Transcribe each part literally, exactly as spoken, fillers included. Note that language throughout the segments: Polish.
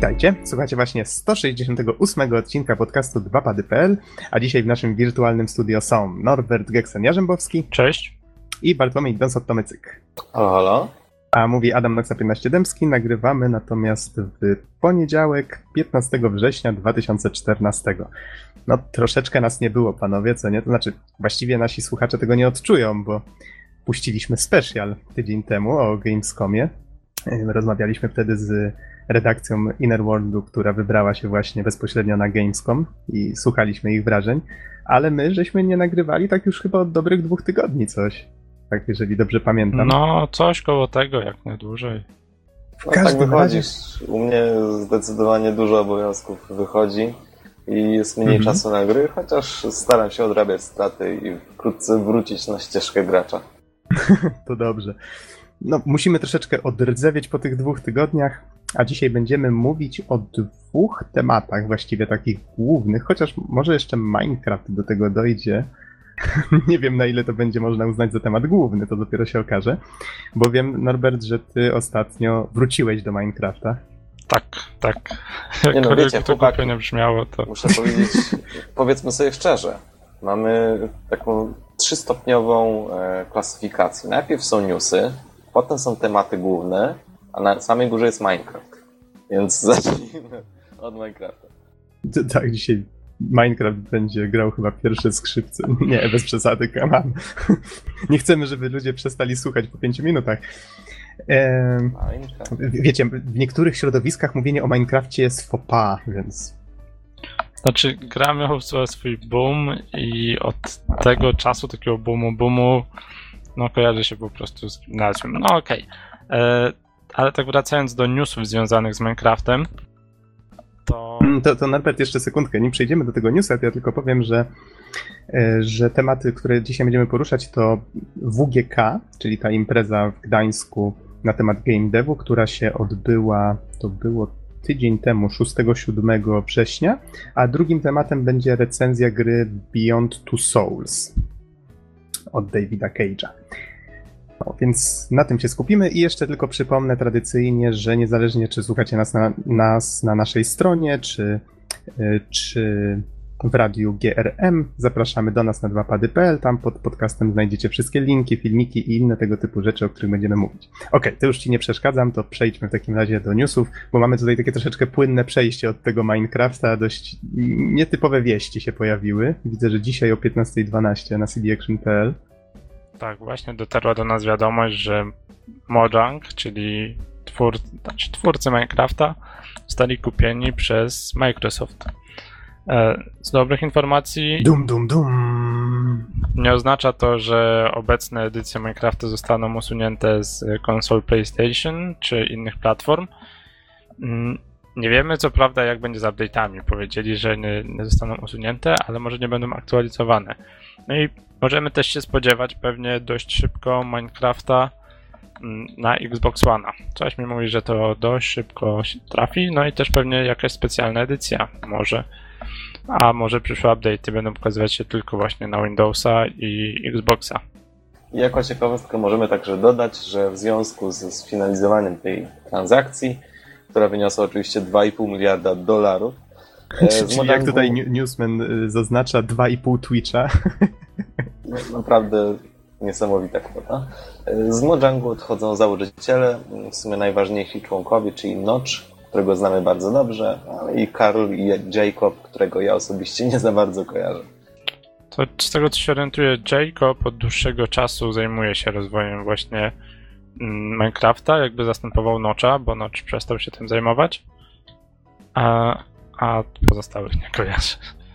Witajcie, słuchacie właśnie sto sześćdziesiątego ósmego odcinka podcastu dwa pady kropka p l, a dzisiaj w naszym wirtualnym studio są Norbert Geksen-Jarzębowski. Cześć. I Bartłomiej Donsot-Tomycyk. Halo, halo. A mówi Adam Noxa piętnaście Dębski. Nagrywamy natomiast w poniedziałek, piętnastego września dwa tysiące czternastego. No troszeczkę nas nie było, panowie, co nie? To znaczy, właściwie nasi słuchacze tego nie odczują, bo puściliśmy special tydzień temu o Gamescomie. Rozmawialiśmy wtedy z redakcją Innerworldu, która wybrała się właśnie bezpośrednio na Gamescom i słuchaliśmy ich wrażeń, ale my żeśmy nie nagrywali tak już chyba od dobrych dwóch tygodni coś, tak jeżeli dobrze pamiętam. No, coś koło tego, jak najdłużej. No tak wychodzi. U mnie zdecydowanie dużo obowiązków wychodzi i jest mniej mhm. czasu na gry, chociaż staram się odrabiać straty i wkrótce wrócić na ścieżkę gracza. To dobrze. No, musimy troszeczkę odrdzewieć po tych dwóch tygodniach, a dzisiaj będziemy mówić o dwóch tematach właściwie takich głównych, chociaż może jeszcze Minecraft do tego dojdzie. Nie wiem, na ile to będzie można uznać za temat główny, to dopiero się okaże. Bo wiem, Norbert, że ty ostatnio wróciłeś do Minecrafta. Tak, tak. Nie no, wiecie, to głupio nie brzmiało, to... Muszę powiedzieć, powiedzmy sobie szczerze, mamy taką trzystopniową e, klasyfikację. Najpierw są newsy, potem są tematy główne, a na samej górze jest Minecraft. Więc zacznijmy od Minecrafta. Tak, dzisiaj Minecraft będzie grał chyba pierwsze skrzypce. Nie, bez przesady, come on. Nie chcemy, żeby ludzie przestali słuchać po pięciu minutach. Ehm, wiecie, w niektórych środowiskach mówienie o Minecrafcie jest faux pas, więc... Znaczy, gra miała swój boom i od tego czasu, takiego boomu, boomu, no kojarzy się po prostu z nazwą. No okej. Okay. Ale tak wracając do newsów związanych z Minecraftem, to... To, to Norbert, jeszcze sekundkę, nim przejdziemy do tego newsa, to ja tylko powiem, że, że tematy, które dzisiaj będziemy poruszać, to W G K, czyli ta impreza w Gdańsku na temat game devu, która się odbyła, to było tydzień temu, szóstego siódmego września, a drugim tematem będzie recenzja gry Beyond Two Souls od Davida Cage'a. No, więc na tym się skupimy i jeszcze tylko przypomnę tradycyjnie, że niezależnie czy słuchacie nas na, nas na naszej stronie, czy, czy w radiu G R M, zapraszamy do nas na dwa pady kropka p l, tam pod podcastem znajdziecie wszystkie linki, filmiki i inne tego typu rzeczy, o których będziemy mówić. Okej, to już ci nie przeszkadzam, to przejdźmy w takim razie do newsów, bo mamy tutaj takie troszeczkę płynne przejście od tego Minecrafta, dość nietypowe wieści się pojawiły. Widzę, że dzisiaj o piętnasta dwanaście na c d action kropka p l. Tak, właśnie dotarła do nas wiadomość, że Mojang, czyli twór, znaczy twórcy Minecrafta, zostali kupieni przez Microsoft. Z dobrych informacji dum, dum, dum. Nie oznacza to, że obecne edycje Minecrafta zostaną usunięte z konsol PlayStation czy innych platform. Nie wiemy co prawda jak będzie z update'ami. Powiedzieli, że nie, nie zostaną usunięte, ale może nie będą aktualizowane. No i możemy też się spodziewać pewnie dość szybko Minecrafta na Xbox One'a. Coś mi mówi, że to dość szybko trafi, no i też pewnie jakaś specjalna edycja może. A może przyszłe update'y będą pokazywać się tylko właśnie na Windowsa i Xboxa. I jako ciekawostkę możemy także dodać, że w związku ze sfinalizowaniem tej transakcji, która wyniosła oczywiście dwa i pół miliarda dolarów. Czyli Modangu... jak tutaj Newsman zaznacza, dwa i pół Twitcha. No, naprawdę niesamowita kwota. Z Mojangu odchodzą założyciele, w sumie najważniejsi członkowie, czyli Notch, którego znamy bardzo dobrze, ale i Karl i Jacob, którego ja osobiście nie za bardzo kojarzę. To z tego co się orientuję, Jacob od dłuższego czasu zajmuje się rozwojem właśnie Minecrafta, jakby zastępował Notcha, bo Notch przestał się tym zajmować, a, a pozostałych nie kojarzę.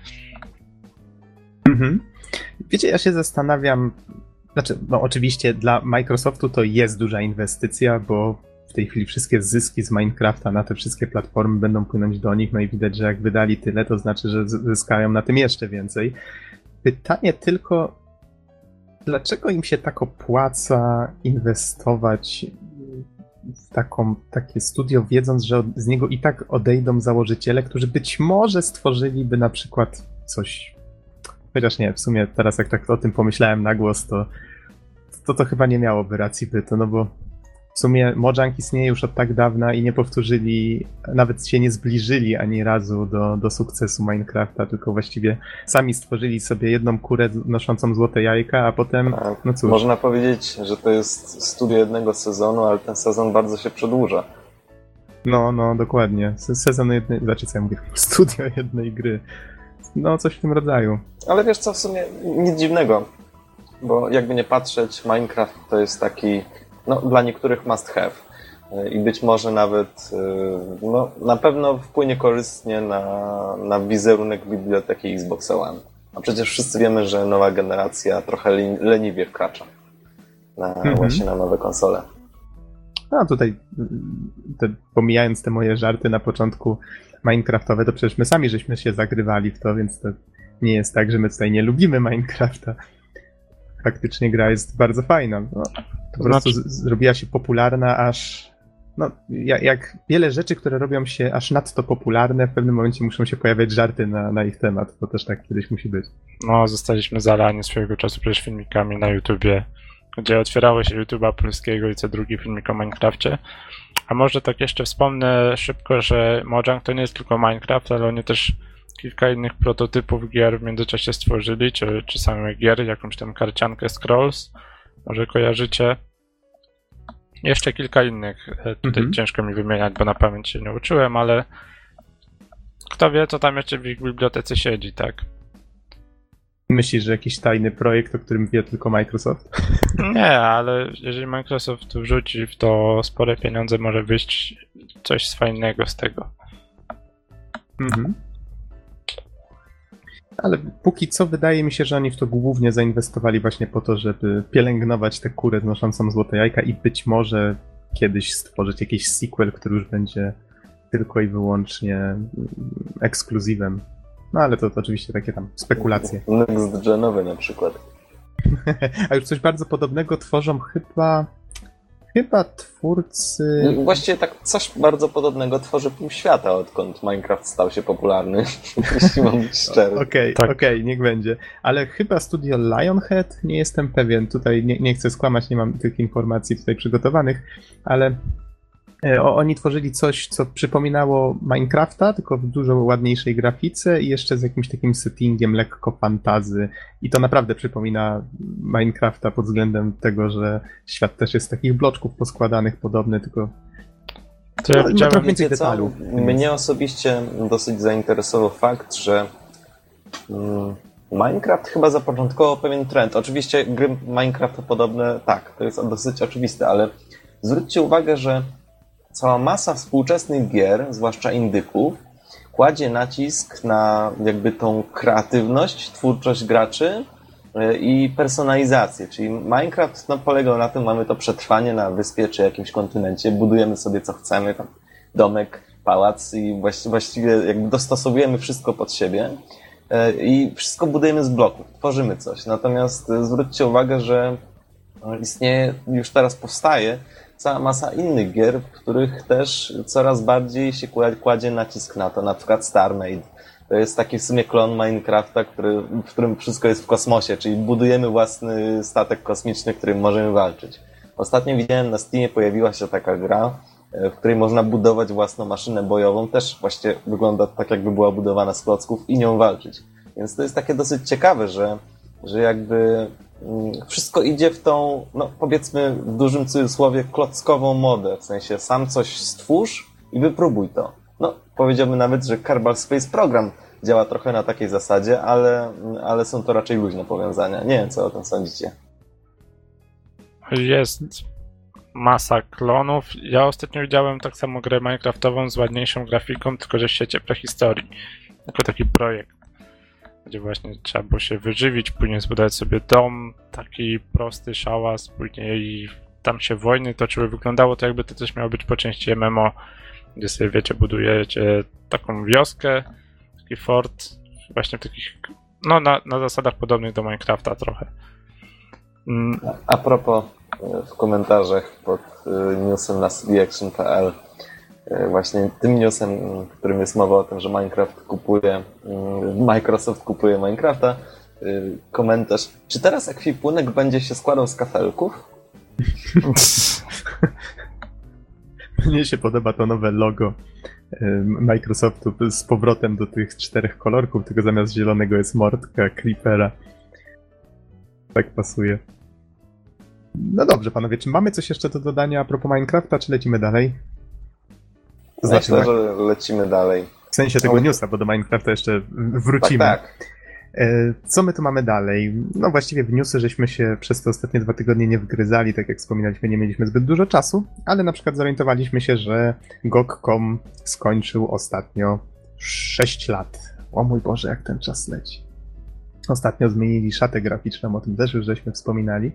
Mhm. Wiecie, ja się zastanawiam, znaczy, no oczywiście dla Microsoftu to jest duża inwestycja, bo w tej chwili wszystkie zyski z Minecrafta na te wszystkie platformy będą płynąć do nich, no i widać, że jak wydali tyle, to znaczy, że zyskają na tym jeszcze więcej. Pytanie tylko, dlaczego im się tak opłaca inwestować w taką, takie studio, wiedząc, że od, z niego i tak odejdą założyciele, którzy być może stworzyliby na przykład coś, chociaż nie, w sumie teraz jak tak o tym pomyślałem na głos, to to, to chyba nie miałoby racji bytu, no bo w sumie Mojang istnieje już od tak dawna i nie powtórzyli, nawet się nie zbliżyli ani razu do, do sukcesu Minecrafta, tylko właściwie sami stworzyli sobie jedną kurę noszącą złote jajka, a potem, no cóż. Można powiedzieć, że to jest studio jednego sezonu, ale ten sezon bardzo się przedłuża. No, no, dokładnie. Sezon jednej, znaczy co ja mówię, studio jednej gry. No, coś w tym rodzaju. Ale wiesz co, w sumie nic dziwnego, bo jakby nie patrzeć, Minecraft to jest taki, no, dla niektórych must have. I być może nawet, no, na pewno wpłynie korzystnie na, na wizerunek biblioteki Xbox One. A przecież wszyscy wiemy, że nowa generacja trochę leniwie wkracza na, mhm. właśnie na nowe konsole. No tutaj, te, pomijając te moje żarty na początku Minecraftowe, to przecież my sami żeśmy się zagrywali w to, więc to nie jest tak, że my tutaj nie lubimy Minecrafta. Faktycznie gra jest bardzo fajna. No, po prostu z- zrobiła się popularna aż... No, jak wiele rzeczy, które robią się aż nadto popularne, w pewnym momencie muszą się pojawiać żarty na, na ich temat. To też tak kiedyś musi być. No, zostaliśmy zalani swojego czasu przecież filmikami na YouTubie, gdzie otwierało się YouTube'a polskiego i co drugi filmik o Minecrafcie. A może tak jeszcze wspomnę szybko, że Mojang to nie jest tylko Minecraft, ale oni też kilka innych prototypów gier w międzyczasie stworzyli, czy, czy same gier, jakąś tam karciankę Scrolls, może kojarzycie. Jeszcze kilka innych, tutaj mhm. ciężko mi wymieniać, bo na pamięć się nie uczyłem, ale kto wie, co tam jeszcze w ich bibliotece siedzi, tak? Myślisz, że jakiś tajny projekt, o którym wie tylko Microsoft? Nie, ale jeżeli Microsoft wrzuci w to spore pieniądze, może wyjść coś fajnego z tego. Mhm. Ale póki co wydaje mi się, że oni w to głównie zainwestowali właśnie po to, żeby pielęgnować tę kurę noszącą złote jajka i być może kiedyś stworzyć jakiś sequel, który już będzie tylko i wyłącznie ekskluzywem. No ale to, to oczywiście takie tam spekulacje. Next-genowe na przykład. A już coś bardzo podobnego tworzą chyba... Chyba twórcy... Właściwie tak coś bardzo podobnego tworzy pół świata, odkąd Minecraft stał się popularny, jeśli mam być szczery. Okej, okay, tak. okej, okay, niech będzie. Ale chyba studio Lionhead, nie jestem pewien, tutaj nie, nie chcę skłamać, nie mam tych informacji tutaj przygotowanych, ale o, oni tworzyli coś, co przypominało Minecrafta, tylko w dużo ładniejszej grafice i jeszcze z jakimś takim settingiem lekko fantazy. I to naprawdę przypomina Minecrafta pod względem tego, że świat też jest z takich bloczków poskładanych podobny, tylko to ja no, widziałem trochę więcej detalów. Mnie osobiście dosyć zainteresował fakt, że mm, Minecraft chyba zapoczątkował pewien trend. Oczywiście gry Minecrafta podobne, tak, to jest dosyć oczywiste, ale zwróćcie uwagę, że cała masa współczesnych gier, zwłaszcza indyków, kładzie nacisk na jakby tą kreatywność, twórczość graczy i personalizację. Czyli Minecraft no, polegał na tym, mamy to przetrwanie na wyspie czy jakimś kontynencie, budujemy sobie co chcemy, tam domek, pałac i właściwie jakby dostosowujemy wszystko pod siebie i wszystko budujemy z bloków, tworzymy coś. Natomiast zwróćcie uwagę, że istnieje, już teraz powstaje cała masa innych gier, w których też coraz bardziej się kładzie nacisk na to, na przykład StarMade. To jest taki w sumie klon Minecrafta, który, w którym wszystko jest w kosmosie, czyli budujemy własny statek kosmiczny, którym możemy walczyć. Ostatnio widziałem na Steamie, pojawiła się taka gra, w której można budować własną maszynę bojową, też właściwie wygląda tak, jakby była budowana z klocków i nią walczyć. Więc to jest takie dosyć ciekawe, że, że jakby wszystko idzie w tą, no powiedzmy w dużym cudzysłowie, klockową modę. W sensie sam coś stwórz i wypróbuj to. No, powiedziałbym nawet, że Kerbal Space Program działa trochę na takiej zasadzie, ale, ale są to raczej luźne powiązania. Nie wiem, co o tym sądzicie. Jest masa klonów. Ja ostatnio widziałem tak samo grę Minecraftową z ładniejszą grafiką, tylko że w świecie prehistorii. Jako taki projekt, gdzie właśnie trzeba było się wyżywić, później zbudować sobie dom, taki prosty szałas, później tam się wojny toczyły. Wyglądało to, jakby to też miało być po części M M O, gdzie sobie, wiecie, budujecie taką wioskę, taki fort, właśnie w takich, no na, na zasadach podobnych do Minecrafta trochę. Mm. A propos, w komentarzach pod newsem na c d action kropka p l, właśnie tym newsem, w którym jest mowa o tym, że Minecraft kupuje, Microsoft kupuje Minecrafta, komentarz: czy teraz ekwipunek będzie się składał z kafelków? Mnie się podoba to nowe logo Microsoftu z powrotem do tych czterech kolorków, tylko zamiast zielonego jest mordka Creepera. Tak pasuje. No dobrze, panowie, czy mamy coś jeszcze do dodania a propos Minecrafta, czy lecimy dalej? To znaczy, Myślę, że lecimy dalej. W sensie tego newsa, bo do Minecrafta jeszcze wrócimy. Tak, tak. Co my tu mamy dalej? No właściwie w newsy żeśmy się przez te ostatnie dwa tygodnie nie wgryzali, tak jak wspominaliśmy, nie mieliśmy zbyt dużo czasu, ale na przykład zorientowaliśmy się, że G O G kropka com skończył ostatnio sześć lat. O mój Boże, jak ten czas leci. Ostatnio zmienili szatę graficzną, o tym też już żeśmy wspominali.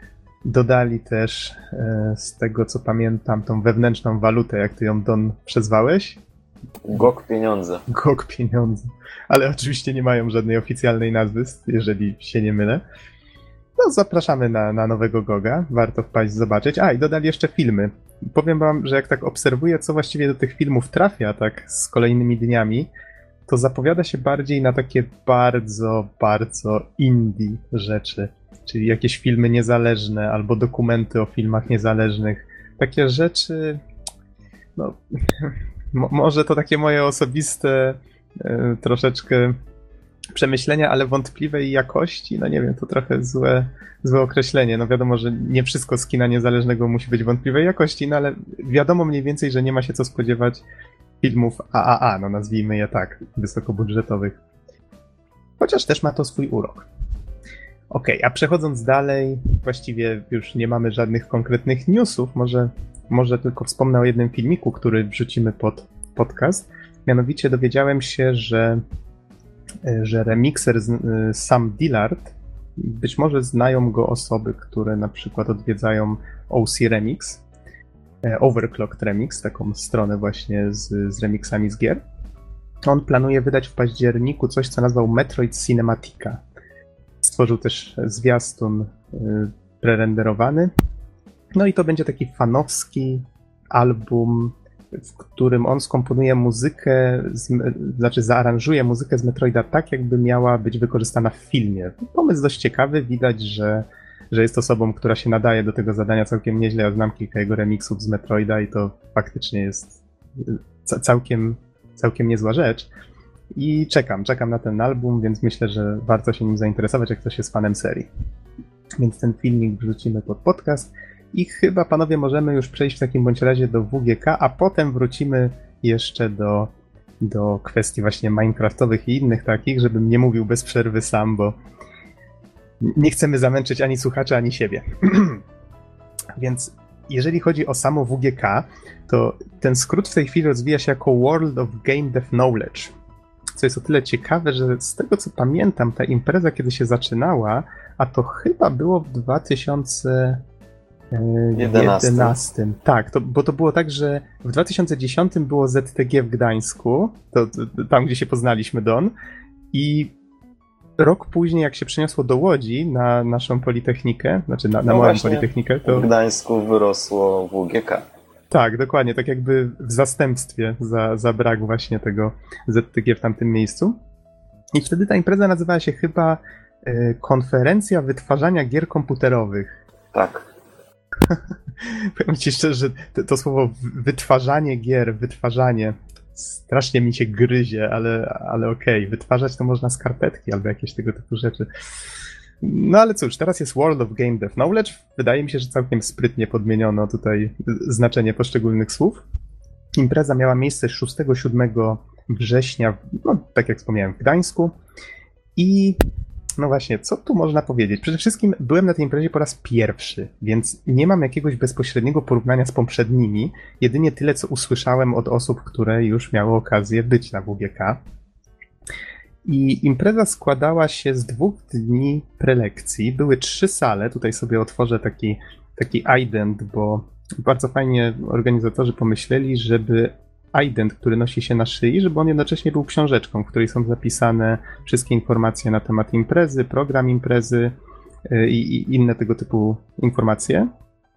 Dodali też, z tego co pamiętam, tą wewnętrzną walutę, jak ty ją, Don, przezwałeś? G O G pieniądze. G O G pieniądze. Ale oczywiście nie mają żadnej oficjalnej nazwy, jeżeli się nie mylę. No, zapraszamy na, na nowego Goga. Warto wpaść, zobaczyć. A, i dodali jeszcze filmy. Powiem wam, że jak tak obserwuję, co właściwie do tych filmów trafia, tak z kolejnymi dniami, to zapowiada się bardziej na takie bardzo, bardzo indie rzeczy. Czyli jakieś filmy niezależne, albo dokumenty o filmach niezależnych. Takie rzeczy... No... Może to takie moje osobiste e, troszeczkę przemyślenia, ale wątpliwej jakości, no nie wiem, to trochę złe, złe określenie. No wiadomo, że nie wszystko z kina niezależnego musi być wątpliwej jakości, no ale wiadomo mniej więcej, że nie ma się co spodziewać filmów A A A, no nazwijmy je tak, wysokobudżetowych. Chociaż też ma to swój urok. Okej, okay, a przechodząc dalej, właściwie już nie mamy żadnych konkretnych newsów, może... Może tylko wspomnę o jednym filmiku, który wrzucimy pod podcast. Mianowicie dowiedziałem się, że, że remixer Sam Dillard, być może znają go osoby, które na przykład odwiedzają O C Remix, Overclocked Remix, taką stronę właśnie z, z remixami z gier. On planuje wydać w październiku coś, co nazwał Metroid Cinematica. Stworzył też zwiastun prerenderowany. No i to będzie taki fanowski album, w którym on skomponuje muzykę, z, znaczy zaaranżuje muzykę z Metroida tak, jakby miała być wykorzystana w filmie. Pomysł dość ciekawy, widać, że, że jest osobą, która się nadaje do tego zadania całkiem nieźle. Ja znam kilka jego remixów z Metroida i to faktycznie jest całkiem, całkiem niezła rzecz. I czekam, czekam na ten album, więc myślę, że warto się nim zainteresować, jak ktoś jest fanem serii. Więc ten filmik wrzucimy pod podcast. I chyba, panowie, możemy już przejść w takim bądź razie do W G K, a potem wrócimy jeszcze do, do kwestii właśnie minecraftowych i innych takich, żebym nie mówił bez przerwy sam, bo nie chcemy zamęczyć ani słuchaczy, ani siebie. Więc jeżeli chodzi o samo W G K, to ten skrót w tej chwili rozwija się jako World of Game Dev Knowledge, co jest o tyle ciekawe, że z tego co pamiętam, ta impreza kiedy się zaczynała, a to chyba było w dwa tysiące jedenastym. Tak, to, bo to było tak, że w dwa tysiące dziesiątym było Z T G w Gdańsku, to, to, tam gdzie się poznaliśmy, Don, i rok później, jak się przeniosło do Łodzi na naszą Politechnikę, znaczy na, na no moją Politechnikę, to... w Gdańsku wyrosło W G K. Tak, dokładnie, tak jakby w zastępstwie za, za brak właśnie tego Z T G w tamtym miejscu. I wtedy ta impreza nazywała się chyba y, Konferencja Wytwarzania Gier Komputerowych. Tak. Powiem ci szczerze, że to, to słowo wytwarzanie gier, wytwarzanie strasznie mi się gryzie, ale, ale okej, okay. Wytwarzać to można skarpetki albo jakieś tego typu rzeczy. No ale cóż, teraz jest World of Game Dev Knowledge. Wydaje mi się, że całkiem sprytnie podmieniono tutaj znaczenie poszczególnych słów. Impreza miała miejsce szóstego siódmego września, no tak jak wspomniałem, w Gdańsku. I no właśnie, co tu można powiedzieć? Przede wszystkim byłem na tej imprezie po raz pierwszy, więc nie mam jakiegoś bezpośredniego porównania z poprzednimi, jedynie tyle, co usłyszałem od osób, które już miały okazję być na W G K. I impreza składała się z dwóch dni prelekcji. Były trzy sale, tutaj sobie otworzę taki, taki ident, bo bardzo fajnie organizatorzy pomyśleli, żeby ident, który nosi się na szyi, żeby on jednocześnie był książeczką, w której są zapisane wszystkie informacje na temat imprezy, program imprezy i, i inne tego typu informacje.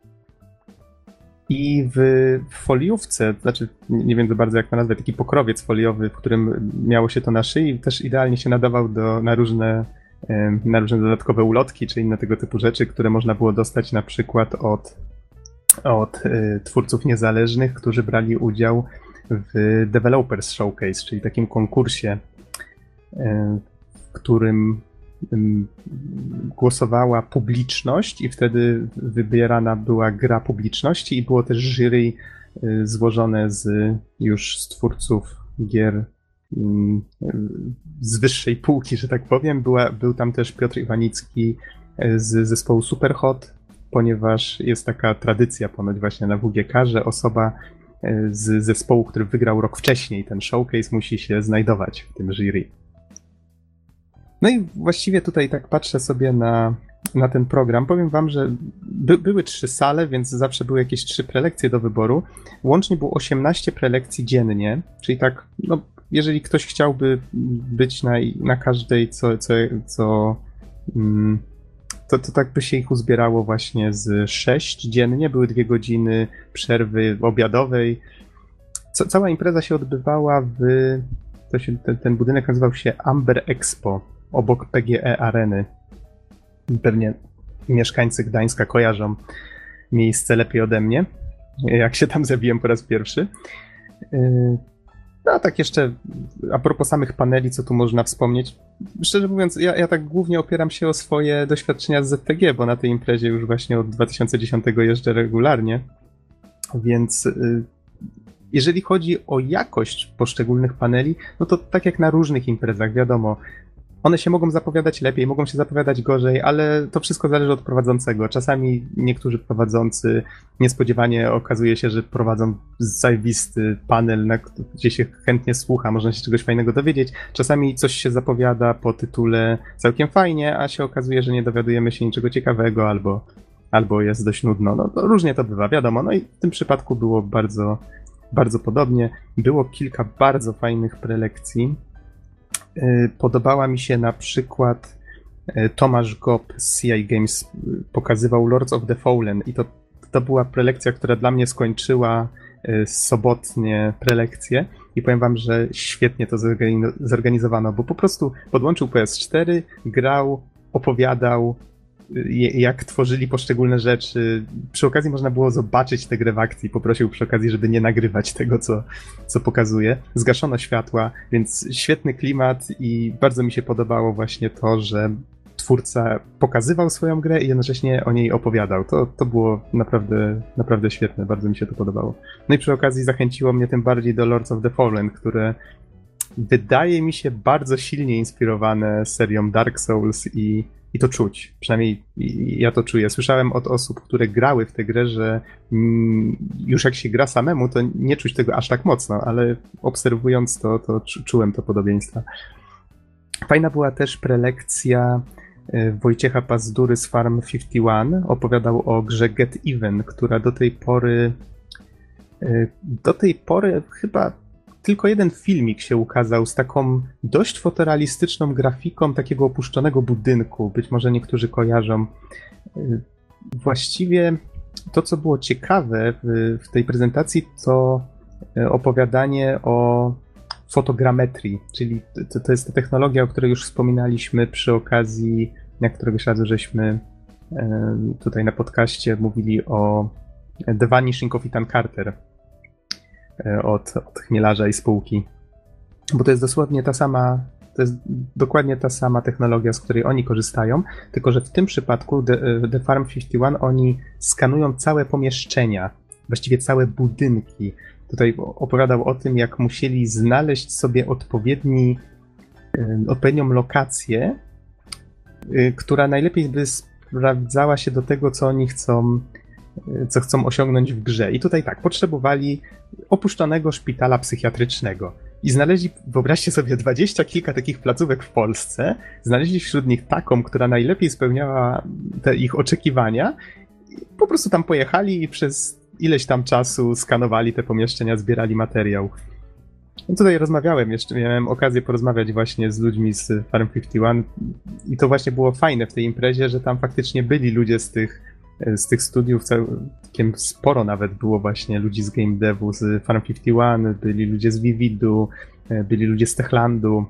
I w foliówce, znaczy nie wiem za bardzo jak to nazwać, taki pokrowiec foliowy, w którym miało się to na szyi, też idealnie się nadawał do, na, różne, na różne dodatkowe ulotki czy inne tego typu rzeczy, które można było dostać na przykład od od y, twórców niezależnych, którzy brali udział w Developers Showcase, czyli takim konkursie, y, w którym y, głosowała publiczność i wtedy wybierana była gra publiczności i było też jury y, złożone z już z twórców gier y, z wyższej półki, że tak powiem. Była, był tam też Piotr Iwanicki z zespołu Superhot, ponieważ jest taka tradycja ponoć właśnie na W G K, że osoba z zespołu, który wygrał rok wcześniej ten showcase, musi się znajdować w tym jury. No i właściwie tutaj tak patrzę sobie na, na ten program. Powiem wam, że by, były trzy sale, więc zawsze były jakieś trzy prelekcje do wyboru. Łącznie było osiemnaście prelekcji dziennie, czyli tak, no, jeżeli ktoś chciałby być na, na każdej, co, co, co mm, To, to tak by się ich uzbierało właśnie z sześć dziennie, były dwie godziny przerwy obiadowej. Co, cała impreza się odbywała w... To się, ten, ten budynek nazywał się Amber Expo, obok P G E Areny. Pewnie mieszkańcy Gdańska kojarzą miejsce lepiej ode mnie, jak się tam zjawiłem po raz pierwszy. No a tak jeszcze a propos samych paneli, co tu można wspomnieć. Szczerze mówiąc, ja, ja tak głównie opieram się o swoje doświadczenia z Z T G, bo na tej imprezie już właśnie od dwa tysiące dziesiątego jeżdżę regularnie. Więc y, jeżeli chodzi o jakość poszczególnych paneli, no to tak jak na różnych imprezach, wiadomo, one się mogą zapowiadać lepiej, mogą się zapowiadać gorzej, ale to wszystko zależy od prowadzącego. Czasami niektórzy prowadzący niespodziewanie okazuje się, że prowadzą zajebisty panel, na gdzie się chętnie słucha, można się czegoś fajnego dowiedzieć. Czasami coś się zapowiada po tytule całkiem fajnie, a się okazuje, że nie dowiadujemy się niczego ciekawego albo, albo jest dość nudno. No to różnie to bywa, wiadomo. No i w tym przypadku było bardzo, bardzo podobnie. Było kilka bardzo fajnych prelekcji. Podobała mi się na przykład Tomasz Gop z C I Games, pokazywał Lords of the Fallen i to, to była prelekcja, która dla mnie skończyła sobotnie prelekcje i powiem wam, że świetnie to zorganizowano, bo po prostu podłączył P S cztery, grał, opowiadał, jak tworzyli poszczególne rzeczy. Przy okazji można było zobaczyć tę grę w akcji. Poprosił przy okazji, żeby nie nagrywać tego, co, co pokazuje. Zgaszono światła, więc świetny klimat i bardzo mi się podobało właśnie to, że twórca pokazywał swoją grę i jednocześnie o niej opowiadał. To, to było naprawdę, naprawdę świetne. Bardzo mi się to podobało. No i przy okazji zachęciło mnie tym bardziej do Lords of the Fallen, które wydaje mi się bardzo silnie inspirowane serią Dark Souls i I to czuć, przynajmniej ja to czuję. Słyszałem od osób, które grały w tę grę, że już jak się gra samemu, to nie czuć tego aż tak mocno, ale obserwując to, to czułem to podobieństwa. Fajna była też prelekcja Wojciecha Pazdury z Farm pięćdziesiąt jeden. Opowiadał o grze Get Even, która do tej pory do tej pory chyba tylko jeden filmik się ukazał z taką dość fotorealistyczną grafiką takiego opuszczonego budynku. Być może niektórzy kojarzą. Właściwie to, co było ciekawe w, w tej prezentacji, to opowiadanie o fotogrametrii, czyli to, to jest ta technologia, o której już wspominaliśmy przy okazji, jak któregoś razu żeśmy tutaj na podcaście mówili o The Vanishing of Ethan Carter. Od, od Chmielarza i spółki. Bo to jest dosłownie ta sama, to jest dokładnie ta sama technologia, z której oni korzystają, tylko że w tym przypadku The, The Farm pięćdziesiąt jeden oni skanują całe pomieszczenia, właściwie całe budynki. Tutaj opowiadał o tym, jak musieli znaleźć sobie odpowiedni, odpowiednią lokację, która najlepiej by sprawdzała się do tego, co oni chcą co chcą osiągnąć w grze. I tutaj tak, potrzebowali opuszczonego szpitala psychiatrycznego. I znaleźli, wyobraźcie sobie, dwadzieścia kilka takich placówek w Polsce, znaleźli wśród nich taką, która najlepiej spełniała te ich oczekiwania. I po prostu tam pojechali i przez ileś tam czasu skanowali te pomieszczenia, zbierali materiał. No tutaj rozmawiałem jeszcze, miałem okazję porozmawiać właśnie z ludźmi z Farm pięćdziesiąt jeden i to właśnie było fajne w tej imprezie, że tam faktycznie byli ludzie z tych z tych studiów, całkiem sporo nawet było właśnie ludzi z game devu, z Farm pięćdziesiąt jeden, byli ludzie z Vividu, byli ludzie z Techlandu,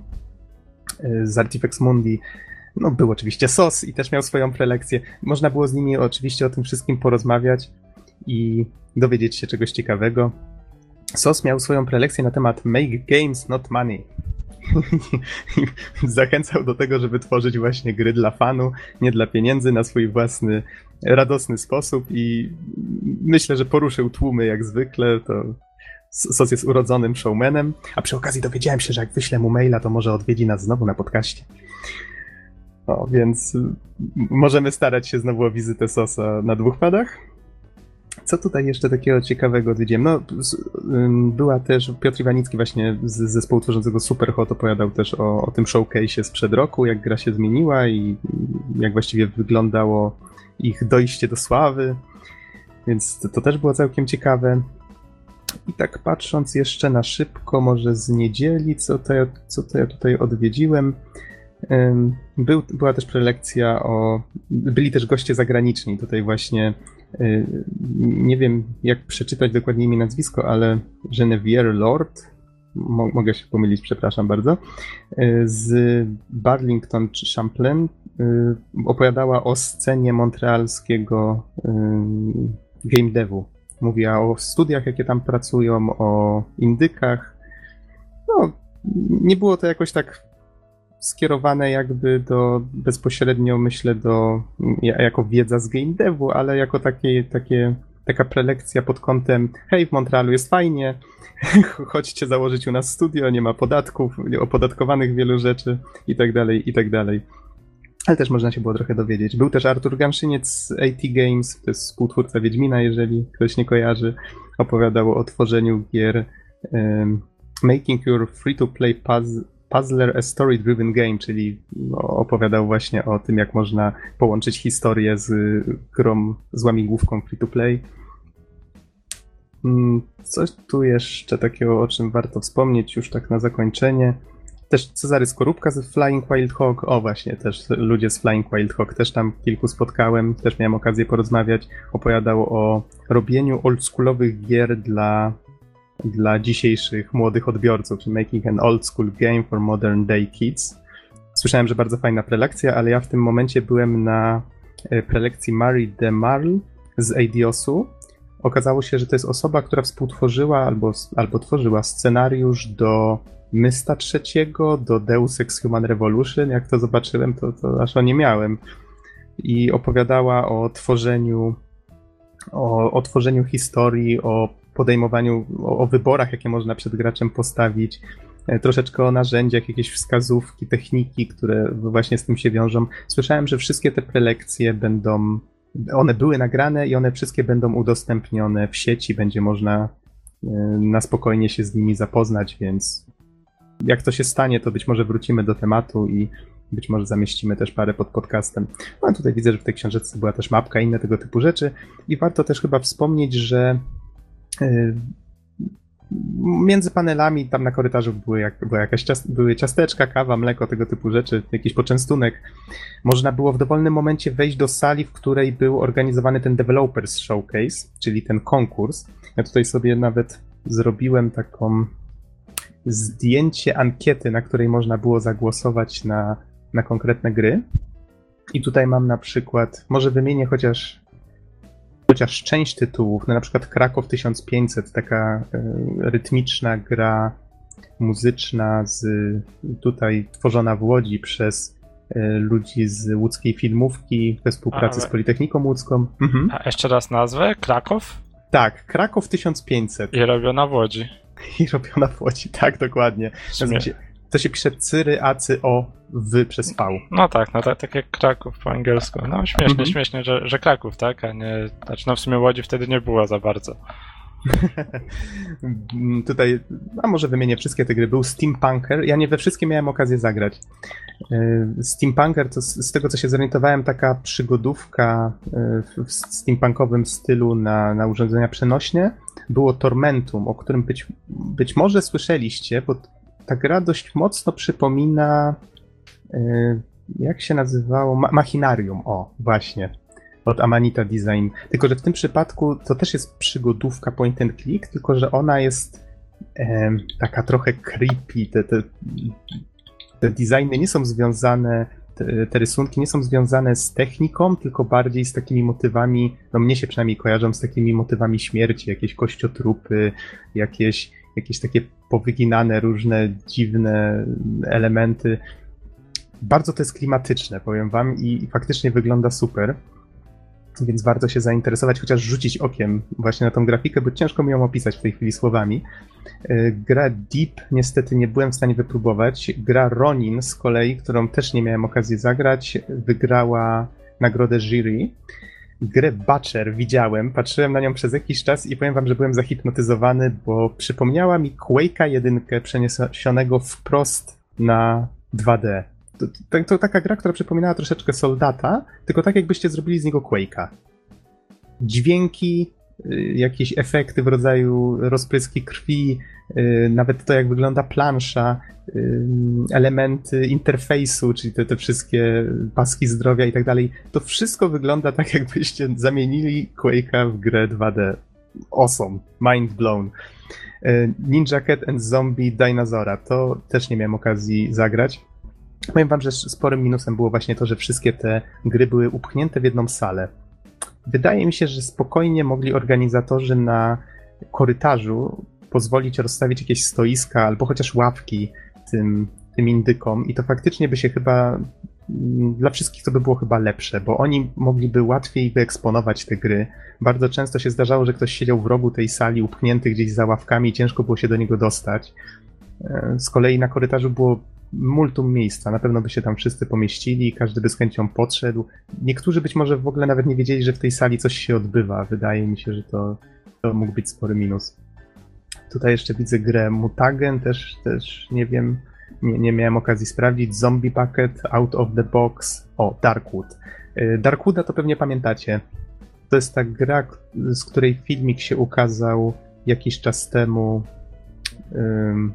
z Artifex Mundi. No był oczywiście S O S i też miał swoją prelekcję. Można było z nimi oczywiście o tym wszystkim porozmawiać i dowiedzieć się czegoś ciekawego. Sos miał swoją prelekcję na temat Make Games Not Money. Zachęcał do tego, żeby tworzyć właśnie gry dla fanu, nie dla pieniędzy, na swój własny, radosny sposób i myślę, że poruszył tłumy jak zwykle. To Sos jest urodzonym showmanem, a przy okazji dowiedziałem się, że jak wyślę mu maila, to może odwiedzi nas znowu na podcaście. No, więc możemy starać się znowu o wizytę Sosa na dwóch padach. Co tutaj jeszcze takiego ciekawego odwiedziłem? No, była też Piotr Iwanicki właśnie z zespołu tworzącego Superhot opowiadał też o, o tym showcase'ie sprzed roku, jak gra się zmieniła i jak właściwie wyglądało ich dojście do sławy, więc to, to też było całkiem ciekawe. I tak patrząc jeszcze na szybko, może z niedzieli, co to ja, co to ja tutaj odwiedziłem, Był, była też prelekcja o... Byli też goście zagraniczni, tutaj właśnie nie wiem jak przeczytać dokładnie imię i nazwisko, ale Genevieve Lord, mo, mogę się pomylić, przepraszam bardzo, z Burlington Champlain opowiadała o scenie montrealskiego game devu. Mówiła o studiach, jakie tam pracują, o indykach. No, nie było to jakoś tak skierowane jakby do, bezpośrednio myślę do, jako wiedza z game devu, ale jako takie, takie, taka prelekcja pod kątem hej, w Montrealu jest fajnie, chodźcie założyć u nas studio, nie ma podatków, opodatkowanych wielu rzeczy i tak dalej, i tak dalej. Ale też można się było trochę dowiedzieć. Był też Artur Ganszyniec z A T Games, to jest współtwórca Wiedźmina, jeżeli ktoś nie kojarzy. Opowiadał o tworzeniu gier um, Making Your Free-to-Play Puzzle Puzzler a Story-Driven Game, czyli no, opowiadał właśnie o tym, jak można połączyć historię z grą z łamigłówką free-to-play. Coś tu jeszcze takiego, o czym warto wspomnieć już tak na zakończenie. Też Cezary Skorupka z Flying Wild Hog. O właśnie, też ludzie z Flying Wild Hog, też tam kilku spotkałem, też miałem okazję porozmawiać. Opowiadał o robieniu oldschoolowych gier dla dla dzisiejszych młodych odbiorców, czyli Making an Old School Game for Modern Day Kids. Słyszałem, że bardzo fajna prelekcja, ale ja w tym momencie byłem na prelekcji Marie de Marle z Eidiosu. Okazało się, że to jest osoba, która współtworzyła albo, albo tworzyła scenariusz do Mysta trzeciego, do Deus Ex Human Revolution. Jak to zobaczyłem, to, to aż o nie miałem. I opowiadała o tworzeniu, o, o tworzeniu historii, o podejmowaniu, o, o wyborach, jakie można przed graczem postawić, troszeczkę o narzędziach, jakieś wskazówki, techniki, które właśnie z tym się wiążą. Słyszałem, że wszystkie te prelekcje będą, one były nagrane i one wszystkie będą udostępnione w sieci, będzie można na spokojnie się z nimi zapoznać, więc jak to się stanie, to być może wrócimy do tematu i być może zamieścimy też parę pod podcastem. No a tutaj widzę, że w tej książeczce była też mapka i inne tego typu rzeczy i warto też chyba wspomnieć, że między panelami tam na korytarzu były, jak, była jakaś ciast, były ciasteczka, kawa, mleko, tego typu rzeczy, jakiś poczęstunek. Można było w dowolnym momencie wejść do sali, w której był organizowany ten Developers Showcase, czyli ten konkurs. Ja tutaj sobie nawet zrobiłem taką zdjęcie ankiety, na której można było zagłosować na, na konkretne gry. I tutaj mam na przykład, może wymienię chociaż chociaż część tytułów, no na przykład Kraków tysiąc pięćset, taka y, rytmiczna gra muzyczna z, tutaj tworzona w Łodzi przez y, ludzi z łódzkiej filmówki we współpracy Ale... z Politechniką Łódzką. Mhm. A jeszcze raz nazwę? Kraków? Tak, Kraków tysiąc pięćset. I robiona w Łodzi. I robiona w Łodzi, tak, dokładnie. Się, to się pisze Cyry, Acy, O, W przez V. No tak, no tak, tak jak Kraków po angielsku. No śmiesznie, mhm. śmiesznie, że, że Kraków, tak, a nie, znaczy no w sumie Łodzi wtedy nie było za bardzo. Tutaj, a może wymienię wszystkie te gry. Był Steampunker, ja nie we wszystkie miałem okazję zagrać. Steampunker to z, z tego, co się zorientowałem, taka przygodówka w steampunkowym stylu na, na urządzenia przenośne. Było Tormentum, o którym być, być może słyszeliście, bo ta gra dość mocno przypomina, jak się nazywało? Ma- Machinarium, o, właśnie, od Amanita Design. Tylko, że w tym przypadku to też jest przygodówka point and click, tylko, że ona jest e, taka trochę creepy. Te, te, te designy nie są związane, te, te rysunki nie są związane z techniką, tylko bardziej z takimi motywami, no mnie się przynajmniej kojarzą z takimi motywami śmierci, jakieś kościotrupy, jakieś, jakieś takie powyginane różne dziwne elementy. Bardzo to jest klimatyczne, powiem wam, i, i faktycznie wygląda super. Więc warto się zainteresować, chociaż rzucić okiem właśnie na tą grafikę, bo ciężko mi ją opisać w tej chwili słowami. Gra Deep niestety nie byłem w stanie wypróbować. Gra Ronin z kolei, którą też nie miałem okazji zagrać, wygrała nagrodę jury. Grę Butcher widziałem, patrzyłem na nią przez jakiś czas i powiem wam, że byłem zahipnotyzowany, bo przypomniała mi Quake'a jedynkę przeniesionego wprost na dwa D. To, to, to taka gra, która przypominała troszeczkę Soldata, tylko tak jakbyście zrobili z niego Quake'a. Dźwięki, jakieś efekty w rodzaju rozpryski krwi, nawet to jak wygląda plansza, elementy interfejsu, czyli te, te wszystkie paski zdrowia i tak dalej, to wszystko wygląda tak jakbyście zamienili Quake'a w grę dwa D. Awesome, mind blown. Ninja Cat and Zombie Dinosaura, to też nie miałem okazji zagrać. Powiem wam, że sporym minusem było właśnie to, że wszystkie te gry były upchnięte w jedną salę. Wydaje mi się, że spokojnie mogli organizatorzy na korytarzu pozwolić rozstawić jakieś stoiska albo chociaż ławki tym, tym indykom i to faktycznie by się chyba, dla wszystkich to by było chyba lepsze, bo oni mogliby łatwiej wyeksponować te gry. Bardzo często się zdarzało, że ktoś siedział w rogu tej sali upchnięty gdzieś za ławkami i ciężko było się do niego dostać. Z kolei na korytarzu było multum miejsca, na pewno by się tam wszyscy pomieścili, każdy by z chęcią podszedł. Niektórzy być może w ogóle nawet nie wiedzieli, że w tej sali coś się odbywa. Wydaje mi się, że to, to mógł być spory minus. Tutaj jeszcze widzę grę Mutagen, też, też nie wiem, nie, nie miałem okazji sprawdzić. Zombie Bucket, Out of the Box, o, Darkwood. Darkwooda to pewnie pamiętacie. To jest ta gra, z której filmik się ukazał jakiś czas temu. Um,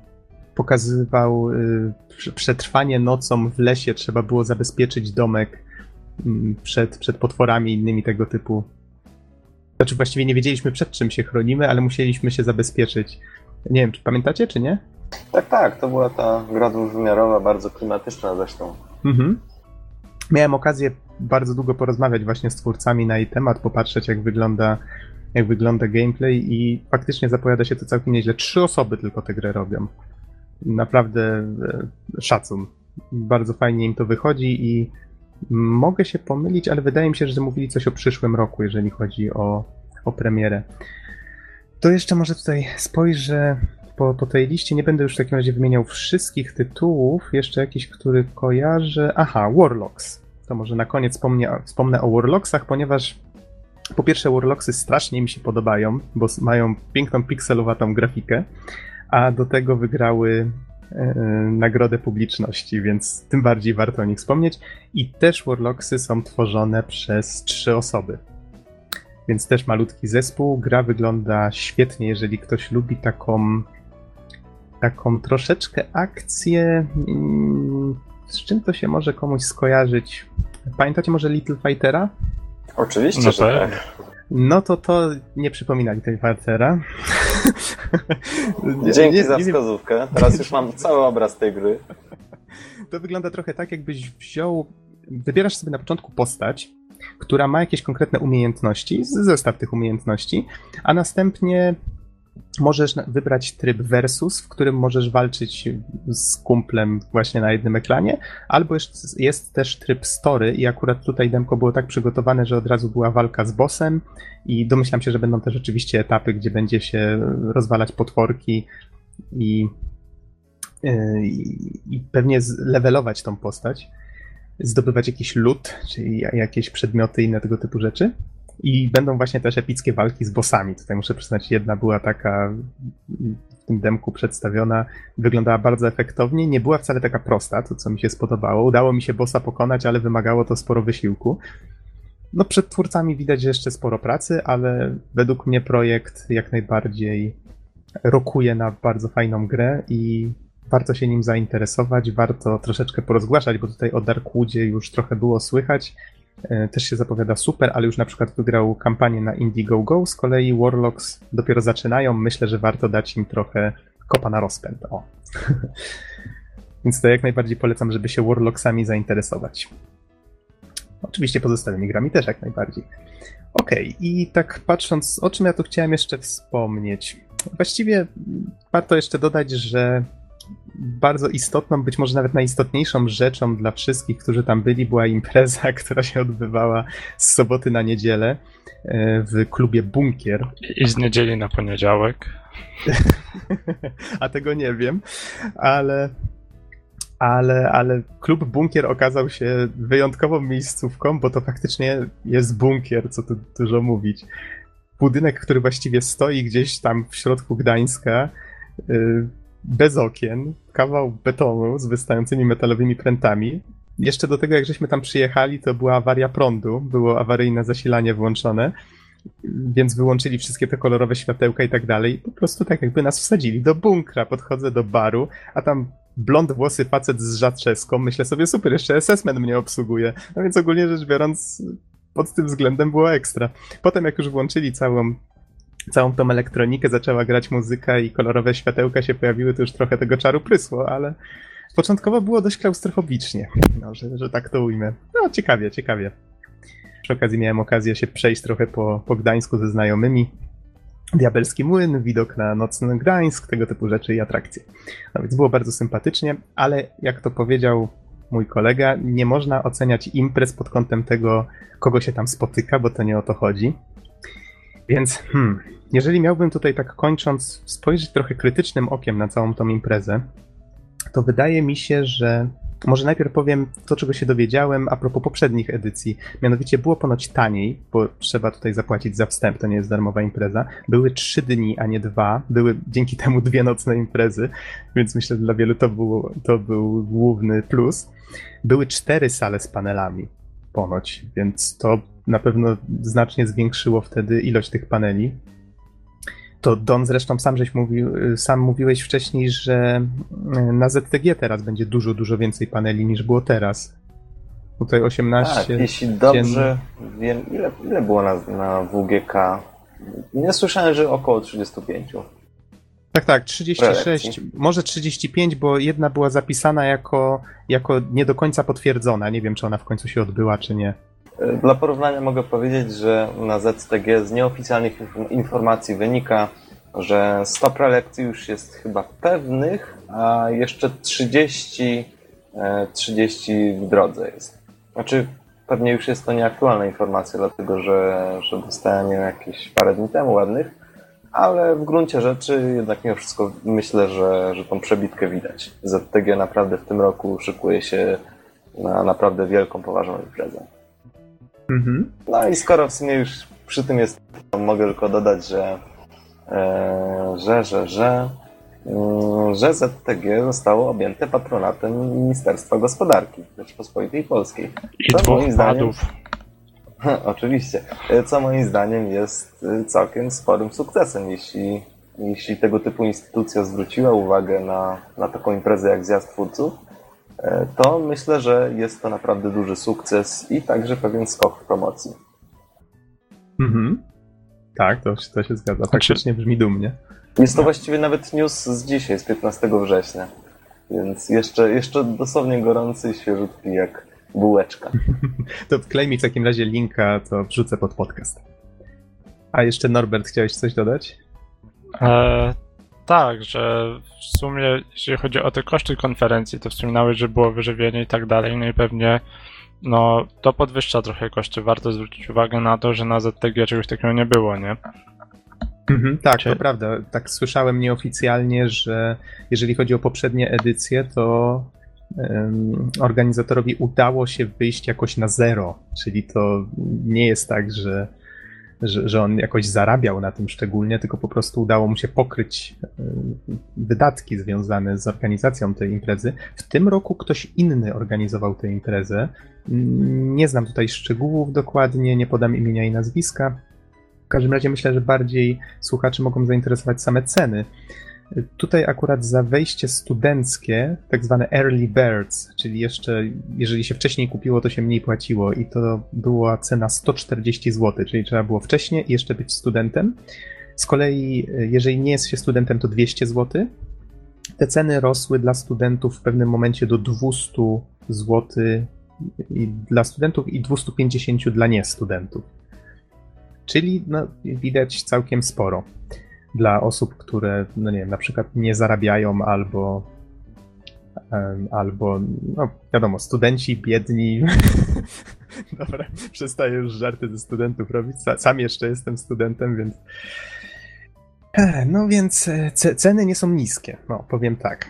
pokazywał y, przetrwanie nocą w lesie, trzeba było zabezpieczyć domek y, przed, przed potworami i innymi tego typu. Znaczy właściwie nie wiedzieliśmy, przed czym się chronimy, ale musieliśmy się zabezpieczyć. Nie wiem, czy pamiętacie, czy nie? Tak, tak, to była ta gra dwuwymiarowa, bardzo klimatyczna zresztą. Mhm. Miałem okazję bardzo długo porozmawiać właśnie z twórcami na jej temat, popatrzeć jak wygląda, jak wygląda gameplay i faktycznie zapowiada się to całkiem nieźle. Trzy osoby tylko tę grę robią. Naprawdę szacun. Bardzo fajnie im to wychodzi i mogę się pomylić, ale wydaje mi się, że mówili coś o przyszłym roku, jeżeli chodzi o, o premierę. To jeszcze może tutaj spojrzę po, po tej liście. Nie będę już w takim razie wymieniał wszystkich tytułów. Jeszcze jakiś, który kojarzę. Aha, Warlocks. To może na koniec wspomnę, wspomnę o Warlocksach, ponieważ po pierwsze Warlocksy strasznie mi się podobają, bo mają piękną pikselowatą grafikę, a do tego wygrały e, nagrodę publiczności, więc tym bardziej warto o nich wspomnieć. I też Warlocksy są tworzone przez trzy osoby. Więc też malutki zespół. Gra wygląda świetnie, jeżeli ktoś lubi taką taką troszeczkę akcję. Z czym to się może komuś skojarzyć? Pamiętacie może Little Fightera? Oczywiście, no że tak. No to to nie przypomina Little Fightera. Dzięki nie, za wskazówkę. Teraz już mam cały obraz tej gry. To wygląda trochę tak, jakbyś wziął... Wybierasz sobie na początku postać, która ma jakieś konkretne umiejętności, zestaw tych umiejętności, a następnie możesz wybrać tryb versus, w którym możesz walczyć z kumplem właśnie na jednym ekranie, albo jest, jest też tryb story i akurat tutaj demko było tak przygotowane, że od razu była walka z bossem i domyślam się, że będą też oczywiście etapy, gdzie będzie się rozwalać potworki i, i, i pewnie levelować tą postać, zdobywać jakiś loot, czyli jakieś przedmioty i inne tego typu rzeczy. I będą właśnie też epickie walki z bossami. Tutaj muszę przyznać, jedna była taka w tym demku przedstawiona, wyglądała bardzo efektownie, nie była wcale taka prosta, to co mi się spodobało. Udało mi się bossa pokonać, ale wymagało to sporo wysiłku. No przed twórcami widać, że jeszcze sporo pracy, ale według mnie projekt jak najbardziej rokuje na bardzo fajną grę i warto się nim zainteresować, warto troszeczkę porozgłaszać, bo tutaj o Darkwoodzie już trochę było słychać. Też się zapowiada super, ale już na przykład wygrał kampanię na Indiegogo, z kolei Warlocks dopiero zaczynają, myślę, że warto dać im trochę kopa na rozpęd. O. Więc to jak najbardziej polecam, żeby się Warlocksami zainteresować. Oczywiście pozostałymi grami też jak najbardziej. Okej, okay, i tak patrząc, o czym ja tu chciałem jeszcze wspomnieć. Właściwie warto jeszcze dodać, że bardzo istotną, być może nawet najistotniejszą rzeczą dla wszystkich, którzy tam byli, była impreza, która się odbywała z soboty na niedzielę w klubie Bunkier. I z niedzieli na poniedziałek. A tego nie wiem, ale... Ale, ale klub Bunkier okazał się wyjątkową miejscówką, bo to faktycznie jest bunkier, co tu dużo mówić. Budynek, który właściwie stoi gdzieś tam w środku Gdańska, yy, bez okien, kawał betonu z wystającymi metalowymi prętami. Jeszcze do tego, jak żeśmy tam przyjechali, to była awaria prądu, było awaryjne zasilanie włączone, więc wyłączyli wszystkie te kolorowe światełka i tak dalej. Po prostu tak jakby nas wsadzili do bunkra. Podchodzę do baru, a tam blond włosy facet z żatrzeską. Myślę sobie, super, jeszcze S S-man mnie obsługuje. No więc ogólnie rzecz biorąc, pod tym względem było ekstra. Potem jak już włączyli całą, całą tą elektronikę, zaczęła grać muzyka i kolorowe światełka się pojawiły, to już trochę tego czaru prysło, ale początkowo było dość klaustrofobicznie, no, że, że tak to ujmę. No ciekawie, ciekawie. Przy okazji miałem okazję się przejść trochę po, po Gdańsku ze znajomymi. Diabelski Młyn, widok na nocny Gdańsk, tego typu rzeczy i atrakcje. No więc było bardzo sympatycznie, ale jak to powiedział mój kolega, nie można oceniać imprez pod kątem tego, kogo się tam spotyka, bo to nie o to chodzi. Więc hmm, jeżeli miałbym tutaj tak kończąc spojrzeć trochę krytycznym okiem na całą tą imprezę, to wydaje mi się, że może najpierw powiem to, czego się dowiedziałem a propos poprzednich edycji. Mianowicie było ponoć taniej, bo trzeba tutaj zapłacić za wstęp, to nie jest darmowa impreza. Były trzy dni, a nie dwa. Były dzięki temu dwie nocne imprezy, więc myślę, że dla wielu to, było, to był główny plus. Były cztery sale z panelami ponoć, więc to na pewno znacznie zwiększyło wtedy ilość tych paneli. To Don, zresztą sam żeś mówił, sam mówiłeś wcześniej, że na Z T G teraz będzie dużo, dużo więcej paneli niż było teraz. Tutaj osiemnaście... Tak, jeśli dobrze dzien... wiem, ile, ile było na, na W G K? Nie słyszałem, że około trzydzieści pięć. Tak, tak, trzydzieści sześć, prelekcji. Może trzydzieści pięć, bo jedna była zapisana jako, jako nie do końca potwierdzona. Nie wiem, czy ona w końcu się odbyła, czy nie. Dla porównania mogę powiedzieć, że na Z T G z nieoficjalnych informacji wynika, że sto prelekcji już jest chyba pewnych, a jeszcze trzydzieści, trzydzieści w drodze jest. Znaczy, pewnie już jest to nieaktualna informacja, dlatego że, że dostałem ją jakieś parę dni temu ładnych, ale w gruncie rzeczy jednak mimo wszystko myślę, że, że tą przebitkę widać. Z T G naprawdę w tym roku szykuje się na naprawdę wielką, poważną imprezę. Mhm. No i skoro w sumie już przy tym jest, mogę tylko dodać, że e, że, że, że, mm, że Z T G zostało objęte patronatem Ministerstwa Gospodarki Rzeczypospolitej Polskiej. I co dwóch zdaniem, oczywiście, co moim zdaniem jest całkiem sporym sukcesem, jeśli, jeśli tego typu instytucja zwróciła uwagę na, na taką imprezę jak Zjazd Twórców, to myślę, że jest to naprawdę duży sukces i także pewien skok w promocji. Mhm. Tak, to, to się zgadza. Faktycznie brzmi dumnie. Jest to właściwie nawet news z dzisiaj, z piętnastego września. Więc jeszcze, jeszcze dosłownie gorący i świeżutki jak bułeczka. To wklej mi w takim razie linka, to wrzucę pod podcast. A jeszcze Norbert, chciałeś coś dodać? E, tak, że w sumie jeśli chodzi o te koszty konferencji, to wspominałeś, że było wyżywienie i tak dalej, no i pewnie no to podwyższa trochę koszty. Warto zwrócić uwagę na to, że na Z T G czegoś takiego nie było, nie? Mhm, tak, Czy... to prawda. Tak słyszałem nieoficjalnie, że jeżeli chodzi o poprzednie edycje, to um, organizatorowi udało się wyjść jakoś na zero, czyli to nie jest tak, że, że, że on jakoś zarabiał na tym szczególnie, tylko po prostu udało mu się pokryć um, wydatki związane z organizacją tej imprezy. W tym roku ktoś inny organizował tę imprezę. Nie znam tutaj szczegółów dokładnie, nie podam imienia i nazwiska. W każdym razie myślę, że bardziej słuchaczy mogą zainteresować same ceny. Tutaj akurat za wejście studenckie, tak zwane early birds, czyli jeszcze jeżeli się wcześniej kupiło, to się mniej płaciło i to była cena sto czterdzieści złotych, czyli trzeba było wcześniej jeszcze być studentem. Z kolei jeżeli nie jest się studentem, to dwieście złotych. te ceny rosły dla studentów w pewnym momencie do dwieście złotych i dla studentów i dwieście pięćdziesiąt dla niestudentów. Czyli no, widać całkiem sporo dla osób, które, no nie wiem, na przykład nie zarabiają albo, um, albo no wiadomo, studenci biedni. Dobra, przestaję już żarty ze studentów robić. Sam jeszcze jestem studentem, więc no więc c- ceny nie są niskie, no powiem tak.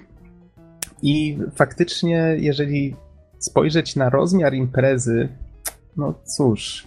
I faktycznie, jeżeli spojrzeć na rozmiar imprezy, no cóż,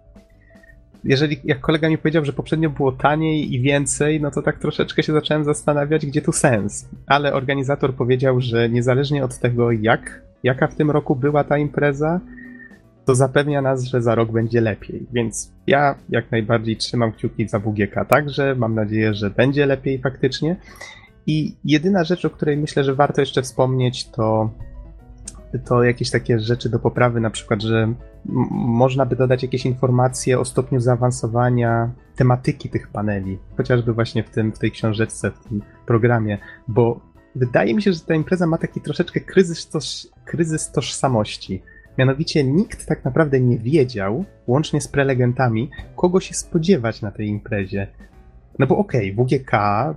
jeżeli, jak kolega mi powiedział, że poprzednio było taniej i więcej, no to tak troszeczkę się zacząłem zastanawiać, gdzie tu sens. Ale organizator powiedział, że niezależnie od tego, jak, jaka w tym roku była ta impreza, to zapewnia nas, że za rok będzie lepiej. Więc ja jak najbardziej trzymam kciuki za W G K także, mam nadzieję, że będzie lepiej faktycznie. I jedyna rzecz, o której myślę, że warto jeszcze wspomnieć, to to jakieś takie rzeczy do poprawy, na przykład, że m- można by dodać jakieś informacje o stopniu zaawansowania tematyki tych paneli, chociażby właśnie w tym, w tej książeczce, w tym programie, bo wydaje mi się, że ta impreza ma taki troszeczkę kryzys, toż, kryzys tożsamości. Mianowicie nikt tak naprawdę nie wiedział, łącznie z prelegentami, kogo się spodziewać na tej imprezie. No bo okej, okay, W G K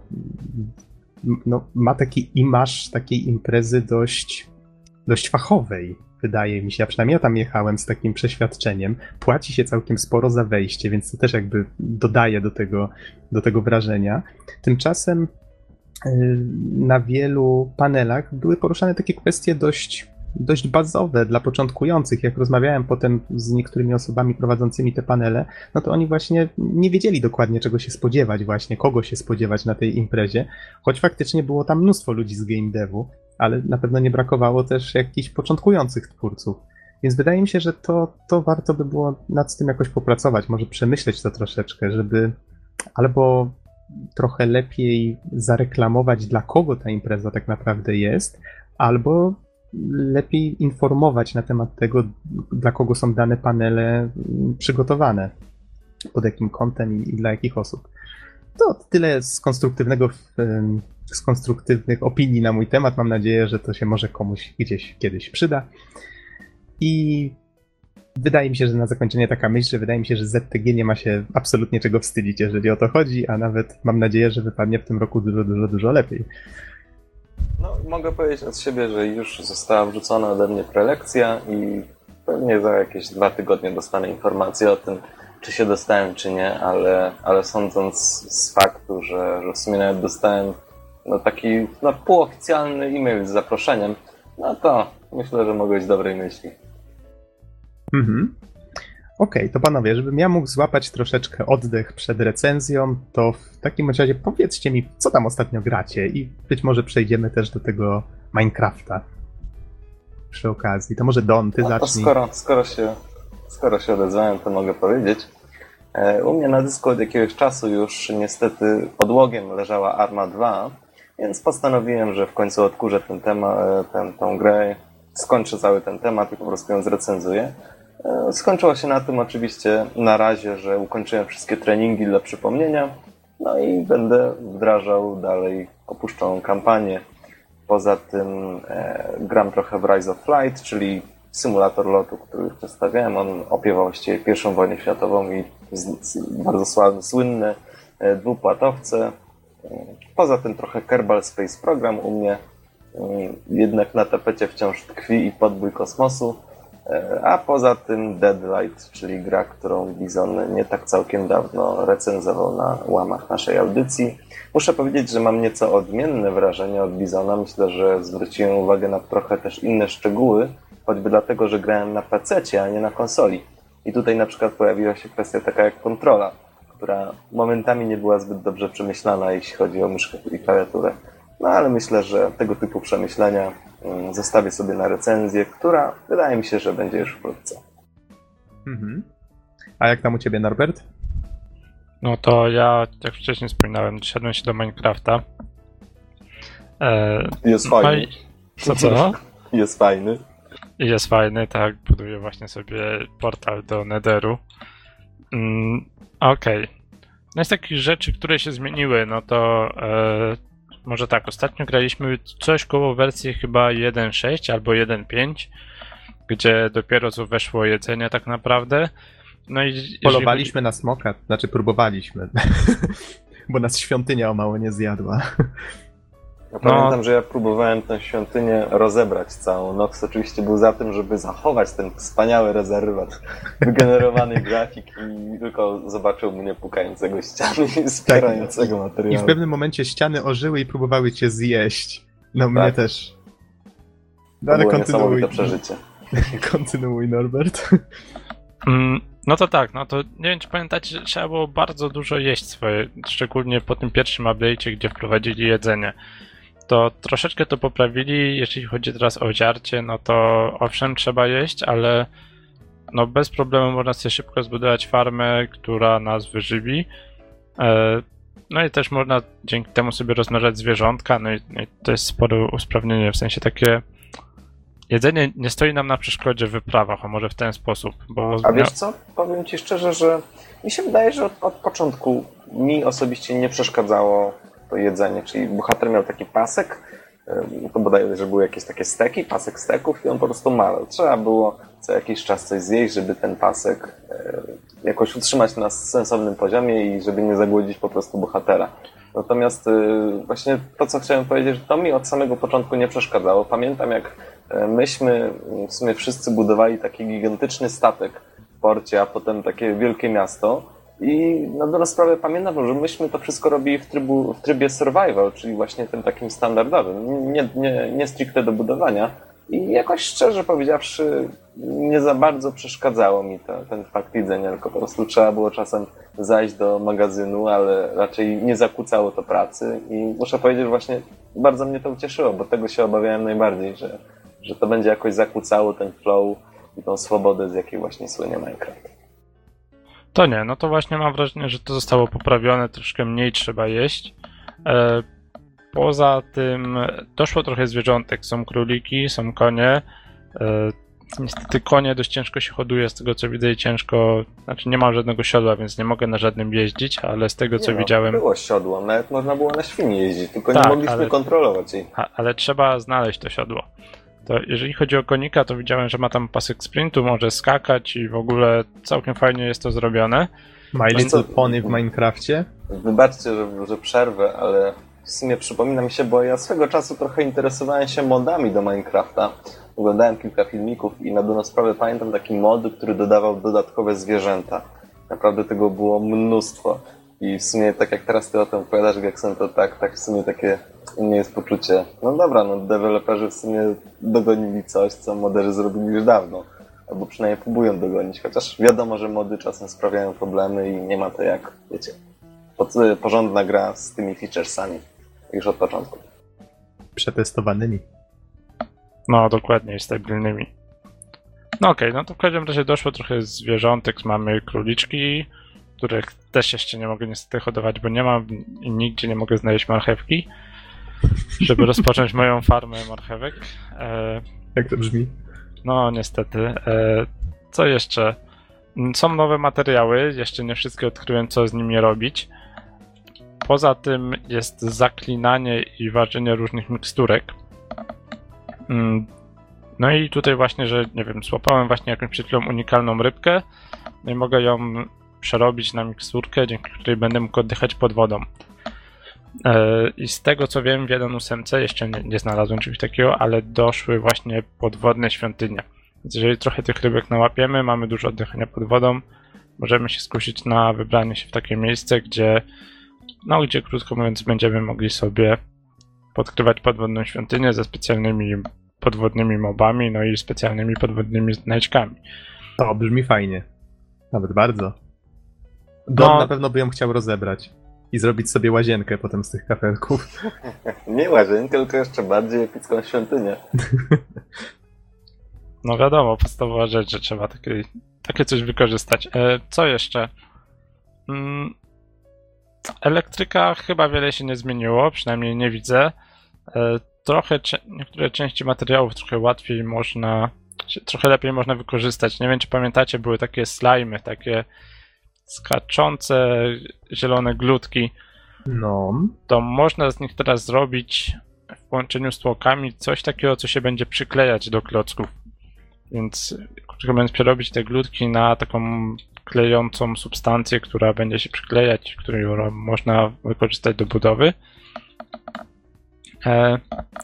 no, ma taki imaż takiej imprezy dość dość fachowej, wydaje mi się, a przynajmniej ja tam jechałem z takim przeświadczeniem. Płaci się całkiem sporo za wejście, więc to też jakby dodaje do tego, do tego wrażenia. Tymczasem yy, na wielu panelach były poruszane takie kwestie dość, dość bazowe dla początkujących. Jak rozmawiałem potem z niektórymi osobami prowadzącymi te panele, no to oni właśnie nie wiedzieli dokładnie, czego się spodziewać właśnie, kogo się spodziewać na tej imprezie, choć faktycznie było tam mnóstwo ludzi z game devu, ale na pewno nie brakowało też jakichś początkujących twórców. Więc wydaje mi się, że to, to warto by było nad tym jakoś popracować, może przemyśleć to troszeczkę, żeby albo trochę lepiej zareklamować, dla kogo ta impreza tak naprawdę jest, albo lepiej informować na temat tego, dla kogo są dane panele przygotowane, pod jakim kątem i, i dla jakich osób. To tyle z konstruktywnego, z konstruktywnych opinii na mój temat. Mam nadzieję, że to się może komuś gdzieś kiedyś przyda. I wydaje mi się, że na zakończenie taka myśl, że wydaje mi się, że Z T G nie ma się absolutnie czego wstydzić, jeżeli o to chodzi, a nawet mam nadzieję, że wypadnie w tym roku dużo, dużo, dużo lepiej. No, mogę powiedzieć od siebie, że już została wrzucona ode mnie prelekcja i pewnie za jakieś dwa tygodnie dostanę informację o tym, czy się dostałem, czy nie, ale, ale sądząc z faktu, że, że w sumie nawet dostałem no, taki no, półoficjalny e-mail z zaproszeniem, no to myślę, że mogę być dobrej myśli. Mhm. Okej, okay, to panowie, żebym ja mógł złapać troszeczkę oddech przed recenzją, to w takim razie powiedzcie mi, co tam ostatnio gracie i być może przejdziemy też do tego Minecrafta przy okazji. To może Don, ty no to zacznij. Skoro, skoro, się, skoro się odezwałem, to mogę powiedzieć. U mnie na dysku od jakiegoś czasu już niestety odłogiem leżała Arma dwa, więc postanowiłem, że w końcu odkurzę ten temat, ten, tą grę, skończę cały ten temat i po prostu ją zrecenzuję. Skończyło się na tym oczywiście na razie, że ukończyłem wszystkie treningi dla przypomnienia, no i będę wdrażał dalej opuszczoną kampanię. Poza tym e, gram trochę w Rise of Flight, czyli symulator lotu, który już przedstawiałem. On opiewał właściwie pierwszą wojnę światową i z, z, bardzo sławne, słynne e, dwupłatowce. Poza tym trochę Kerbal Space Program u mnie, e, jednak na tapecie wciąż tkwi i podbój kosmosu. A poza tym Deadlight, czyli gra, którą Bizon nie tak całkiem dawno recenzował na łamach naszej audycji. Muszę powiedzieć, że mam nieco odmienne wrażenie od Bizona. Myślę, że zwróciłem uwagę na trochę też inne szczegóły, choćby dlatego, że grałem na pececie, a nie na konsoli. I tutaj na przykład pojawiła się kwestia taka jak kontrola, która momentami nie była zbyt dobrze przemyślana, jeśli chodzi o myszkę i klawiaturę. No ale myślę, że tego typu przemyślenia zostawię sobie na recenzję, która wydaje mi się, że będzie już wkrótce. Mhm. A jak tam u ciebie, Norbert? No to ja, jak wcześniej wspominałem, doszedłem się do Minecrafta. E, jest fajny. No i... Co, co? Jest fajny. Jest fajny, tak. Buduję właśnie sobie portal do Netheru. Mm, Okej. Okay. No z takich rzeczy, które się zmieniły, no to e, może tak, ostatnio graliśmy coś koło wersji chyba jeden przecinek sześć albo jeden przecinek pięć, gdzie dopiero co weszło jedzenie tak naprawdę. No i Polowaliśmy chodzi... na smoka, znaczy próbowaliśmy, bo nas świątynia o mało nie zjadła. Ja pamiętam, no. że ja próbowałem tę świątynię rozebrać całą. Nox oczywiście był za tym, żeby zachować ten wspaniały rezerwat wygenerowanej grafiki i tylko zobaczył mnie pukającego ściany i spierającego tak, materiału. I w pewnym momencie ściany ożyły i próbowały cię zjeść. No tak. Mnie też. No, to ale było kontynuuj. Niesamowite przeżycie. Kontynuuj, Norbert. Mm, no to tak, no to nie wiem, czy pamiętacie, że trzeba było bardzo dużo jeść swoje, szczególnie po tym pierwszym update'cie, gdzie wprowadzili jedzenie. To troszeczkę to poprawili, jeśli chodzi teraz o ziarcie, no to owszem, trzeba jeść, ale no bez problemu można sobie szybko zbudować farmę, która nas wyżywi. No i też można dzięki temu sobie rozmnażać zwierzątka, no i, no i to jest spore usprawnienie, w sensie takie jedzenie nie stoi nam na przeszkodzie w wyprawach, a może w ten sposób. Bo a wiesz co, powiem ci szczerze, że mi się wydaje, że od, od początku mi osobiście nie przeszkadzało to jedzenie, czyli bohater miał taki pasek, to bodajże, że były jakieś takie steki, pasek steków i on po prostu malał. Trzeba było co jakiś czas coś zjeść, żeby ten pasek jakoś utrzymać na sensownym poziomie i żeby nie zagłodzić po prostu bohatera. Natomiast właśnie to, co chciałem powiedzieć, że to mi od samego początku nie przeszkadzało. Pamiętam, jak myśmy w sumie wszyscy budowali taki gigantyczny statek w porcie, a potem takie wielkie miasto. I na dobrą sprawę pamiętam, że myśmy to wszystko robili w, trybu, w trybie survival, czyli właśnie tym takim standardowym, nie, nie, nie stricte do budowania. I jakoś szczerze powiedziawszy, nie za bardzo przeszkadzało mi to, ten fakt jedzenia, tylko po prostu trzeba było czasem zajść do magazynu, ale raczej nie zakłócało to pracy. I muszę powiedzieć, że właśnie bardzo mnie to ucieszyło, bo tego się obawiałem najbardziej, że, że to będzie jakoś zakłócało ten flow i tą swobodę, z jakiej właśnie słynie Minecraft. To nie, no to właśnie mam wrażenie, że to zostało poprawione, troszkę mniej trzeba jeść. E, poza tym doszło trochę zwierzątek, są króliki, są konie. E, niestety konie dość ciężko się hoduje, z tego co widzę i ciężko, znaczy nie mam żadnego siodła, więc nie mogę na żadnym jeździć, ale z tego co nie no, widziałem... było siodło, nawet można było na świni jeździć, tylko tak, nie mogliśmy ale... kontrolować jej. A, ale trzeba znaleźć to siodło. To jeżeli chodzi o konika, to widziałem, że ma tam pasek sprintu, może skakać i w ogóle całkiem fajnie jest to zrobione. My Little Pony w Minecrafcie? Wybaczcie, że, że przerwę, ale w sumie przypomina mi się, bo ja swego czasu trochę interesowałem się modami do Minecrafta. Oglądałem kilka filmików i na dobrą sprawę pamiętam taki mod, który dodawał dodatkowe zwierzęta. Naprawdę tego było mnóstwo. I w sumie tak jak teraz ty o tym opowiadasz, Gekson, to tak, tak w sumie takie nie jest poczucie. No dobra, no deweloperzy w sumie dogonili coś, co moderzy zrobili już dawno. Albo przynajmniej próbują dogonić, chociaż wiadomo, że mody czasem sprawiają problemy i nie ma to jak, wiecie, pod, porządna gra z tymi featuresami już od początku. Przetestowanymi. No, dokładnie, stabilnymi. No okej, okay, no to w każdym razie doszło trochę zwierzątek, mamy króliczki, których też jeszcze nie mogę niestety hodować, bo nie mam i nigdzie nie mogę znaleźć marchewki, żeby rozpocząć moją farmę marchewek. E, Jak to brzmi? No niestety. E, co jeszcze? Są nowe materiały, jeszcze nie wszystkie odkryłem, co z nimi robić. Poza tym jest zaklinanie i ważenie różnych miksturek. No i tutaj właśnie, że nie wiem, złapałem właśnie jakąś przed chwilą unikalną rybkę, no i mogę ją przerobić na miksturkę, dzięki której będę mógł oddychać pod wodą. I z tego co wiem, w jeden kropka osiem jeszcze nie, nie znalazłem czegoś takiego, ale doszły właśnie podwodne świątynie. Więc jeżeli trochę tych rybek nałapiemy, mamy dużo oddychania pod wodą, możemy się skusić na wybranie się w takie miejsce, gdzie, no gdzie krótko mówiąc będziemy mogli sobie podkrywać podwodną świątynię ze specjalnymi podwodnymi mobami, no i specjalnymi podwodnymi znajdźkami. To brzmi fajnie. Nawet bardzo. Dom no, na pewno by ją chciał rozebrać i zrobić sobie łazienkę potem z tych kafelków. Nie łazienkę, tylko jeszcze bardziej epicką świątynię. No wiadomo, podstawowa rzecz, że trzeba takie, takie coś wykorzystać. E, co jeszcze? Mm, elektryka chyba wiele się nie zmieniło, przynajmniej nie widzę. E, trochę, niektóre części materiałów trochę łatwiej można, trochę lepiej można wykorzystać. Nie wiem, czy pamiętacie, były takie slajmy, takie skaczące zielone glutki. No. to można z nich teraz zrobić w połączeniu z tłokami coś takiego, co się będzie przyklejać do klocków. Więc krótko mówiąc, przerobić te glutki na taką klejącą substancję, która będzie się przyklejać, którą można wykorzystać do budowy. E,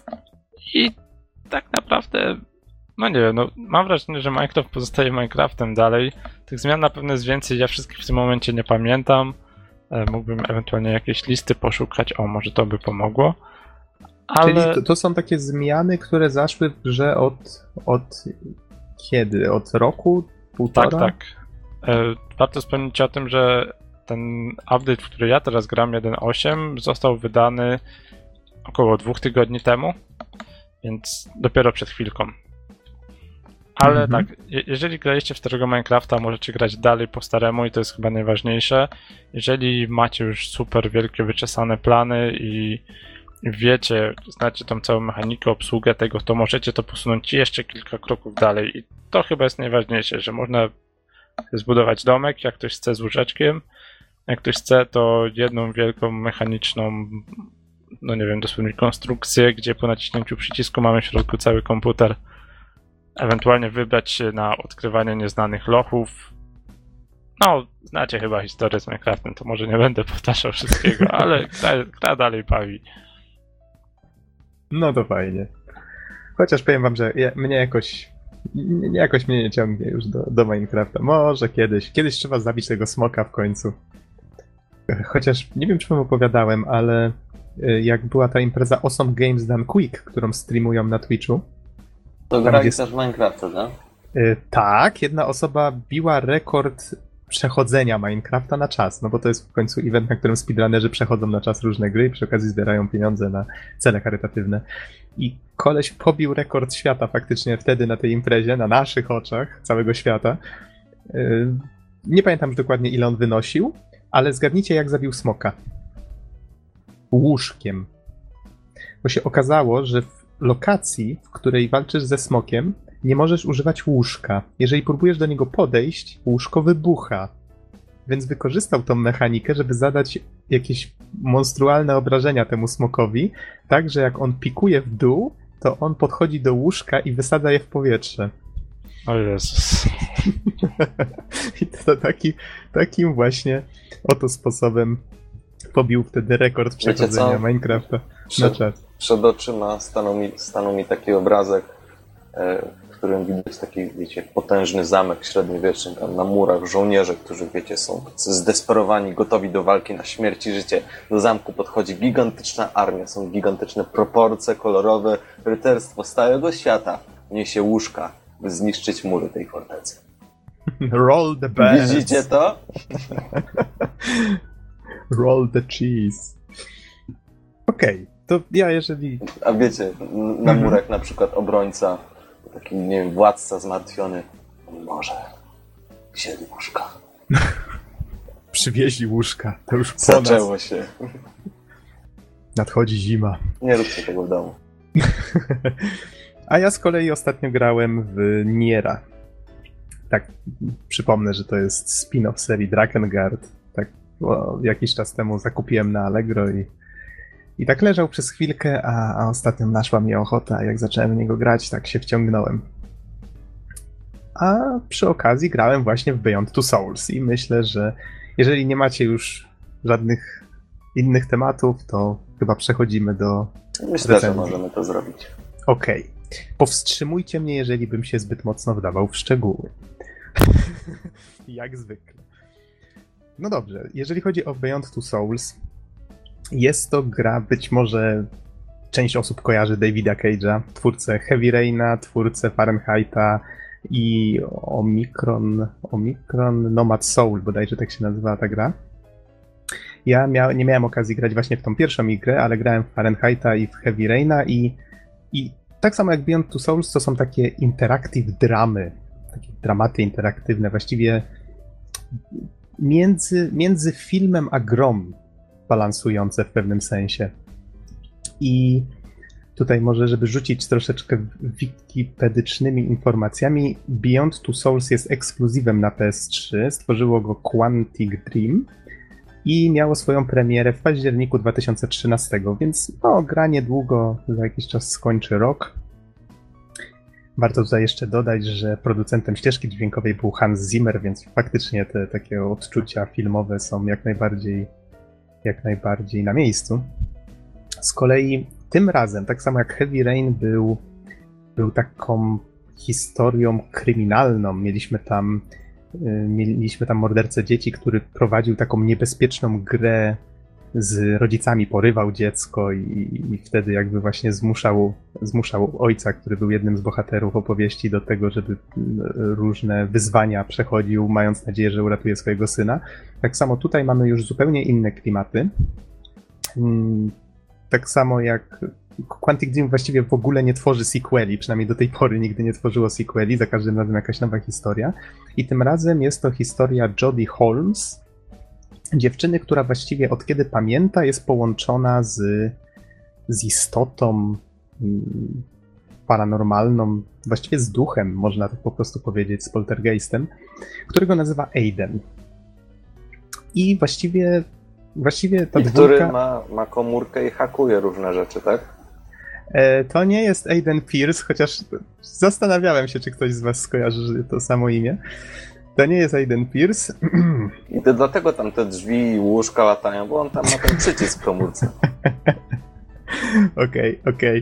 I tak naprawdę, no nie wiem, no mam wrażenie, że Minecraft pozostaje Minecraftem dalej. Tych zmian na pewno jest więcej, ja wszystkich w tym momencie nie pamiętam. E, mógłbym ewentualnie jakieś listy poszukać, o może to by pomogło. Ale... Czyli to, to są takie zmiany, które zaszły w grze od, od kiedy? Od roku? Półtora? Tak, tak. E, warto wspomnieć o tym, że ten update, w który ja teraz gram, jeden osiem, został wydany około dwóch tygodni temu, więc dopiero przed chwilką. Ale Mhm. tak, je- jeżeli graliście w starego Minecrafta, możecie grać dalej po staremu i to jest chyba najważniejsze. Jeżeli macie już super wielkie, wyczesane plany i wiecie, znacie tą całą mechanikę, obsługę tego, to możecie to posunąć jeszcze kilka kroków dalej i to chyba jest najważniejsze, że można zbudować domek, jak ktoś chce z łóżeczkiem, jak ktoś chce, to jedną wielką mechaniczną, no nie wiem, dosłownie konstrukcję, gdzie po naciśnięciu przycisku mamy w środku cały komputer. Ewentualnie wybrać się na odkrywanie nieznanych lochów. No, znacie chyba historię z Minecraftem, to może nie będę powtarzał wszystkiego, ale gra, gra dalej bawi. No to fajnie. Chociaż powiem wam, że ja, mnie jakoś nie, jakoś mnie nie ciągnie już do, do Minecrafta. Może kiedyś. Kiedyś trzeba zabić tego smoka w końcu. Chociaż nie wiem, czy wam opowiadałem, ale y, jak była ta impreza Awesome Games Done Quick, którą streamują na Twitchu. To Tam grali jest- też w Minecrafta, tak? y, Tak, jedna osoba biła rekord przechodzenia Minecrafta na czas, no bo to jest w końcu event, na którym speedrunnerzy przechodzą na czas różne gry i przy okazji zbierają pieniądze na cele charytatywne. I koleś pobił rekord świata faktycznie wtedy na tej imprezie, na naszych oczach, całego świata. Yy, Nie pamiętam już dokładnie, ile on wynosił, ale zgadnijcie, jak zabił smoka. Łóżkiem. Bo się okazało, że w lokacji, w której walczysz ze smokiem, nie możesz używać łóżka. Jeżeli próbujesz do niego podejść, łóżko wybucha. Więc wykorzystał tą mechanikę, żeby zadać jakieś monstrualne obrażenia temu smokowi, tak, że jak on pikuje w dół, to on podchodzi do łóżka i wysadza je w powietrze. O Jezus. I to taki, takim właśnie oto sposobem pobił wtedy rekord Wiecie przechodzenia co? Minecrafta na Przed, czas. przed oczyma stanął mi, stanął mi taki obrazek, e, w którym widać taki, wiecie, potężny zamek średniowieczny, tam na murach żołnierze, którzy, wiecie, są tacy zdesperowani, gotowi do walki na śmierć i życie. Do zamku podchodzi gigantyczna armia, są gigantyczne proporcje, kolorowe rycerstwo z całego świata. Niesie łóżka, by zniszczyć mury tej fortecy. Roll the best. Widzicie to? Roll the cheese. Okej, to ja jeżeli... A wiecie, n- na murach na przykład obrońca, taki, nie wiem, władca zmartwiony. Może wzięli łóżka. Przywieźli łóżka, to już po nas. Zaczęło się. Nadchodzi zima. Nie róbcie tego w domu. A ja z kolei ostatnio grałem w Niera. Tak, przypomnę, że to jest spin-off serii Drakengard. Tak, bo jakiś czas temu zakupiłem na Allegro i, i tak leżał przez chwilkę, a, a ostatnio naszła mnie ochota, a jak zacząłem w niego grać, tak się wciągnąłem. A przy okazji grałem właśnie w Beyond Two Souls i myślę, że jeżeli nie macie już żadnych innych tematów, to chyba przechodzimy do... Myślę, że recenzji. możemy to zrobić. Okej. Powstrzymujcie mnie, jeżeli bym się zbyt mocno wdawał w szczegóły. Jak zwykle. No dobrze, jeżeli chodzi o Beyond Two Souls, jest to gra, być może część osób kojarzy Davida Cage'a, twórcę Heavy Raina, twórcę Fahrenheita i Omikron, Omikron Nomad Soul, bodajże tak się nazywała ta gra. Ja mia- nie miałem okazji grać właśnie w tą pierwszą ich grę, ale grałem w Fahrenheita i w Heavy Raina i, i tak samo jak Beyond Two Souls, to są takie interactive dramy, takie dramaty interaktywne, właściwie między, między filmem a grą balansujące w pewnym sensie. I tutaj może, żeby rzucić troszeczkę wikipedycznymi informacjami, Beyond Two Souls jest ekskluzywem na P S trzy, stworzyło go Quantic Dream i miało swoją premierę w październiku dwa tysiące trzynastego, więc no, gra niedługo, za jakiś czas skończy rok. Warto tutaj jeszcze dodać, że producentem ścieżki dźwiękowej był Hans Zimmer, więc faktycznie te takie odczucia filmowe są jak najbardziej, jak najbardziej na miejscu. Z kolei tym razem, tak samo jak Heavy Rain był, był taką historią kryminalną, mieliśmy tam, mieliśmy tam mordercę dzieci, który prowadził taką niebezpieczną grę z rodzicami, porywał dziecko i, i wtedy jakby właśnie zmuszał, zmuszał ojca, który był jednym z bohaterów opowieści, do tego, żeby różne wyzwania przechodził, mając nadzieję, że uratuje swojego syna. Tak samo tutaj mamy już zupełnie inne klimaty. Tak samo jak Quantic Dream właściwie w ogóle nie tworzy sequeli, przynajmniej do tej pory nigdy nie tworzyło sequeli, za każdym razem jakaś nowa historia. I tym razem jest to historia Jodie Holmes, dziewczyny, która właściwie od kiedy pamięta jest połączona z, z istotą paranormalną, właściwie z duchem, można tak po prostu powiedzieć, z poltergeistem, którego nazywa Aiden. I właściwie, właściwie ta I dwójka... który ma, ma komórkę i hakuje różne rzeczy, tak? E, to nie jest Aiden Pierce, chociaż zastanawiałem się, czy ktoś z was skojarzy to samo imię. To nie jest Aiden Pierce. I to dlatego tam te drzwi i łóżka latają, bo on tam ma ten przycisk w komórce. Okej, okej.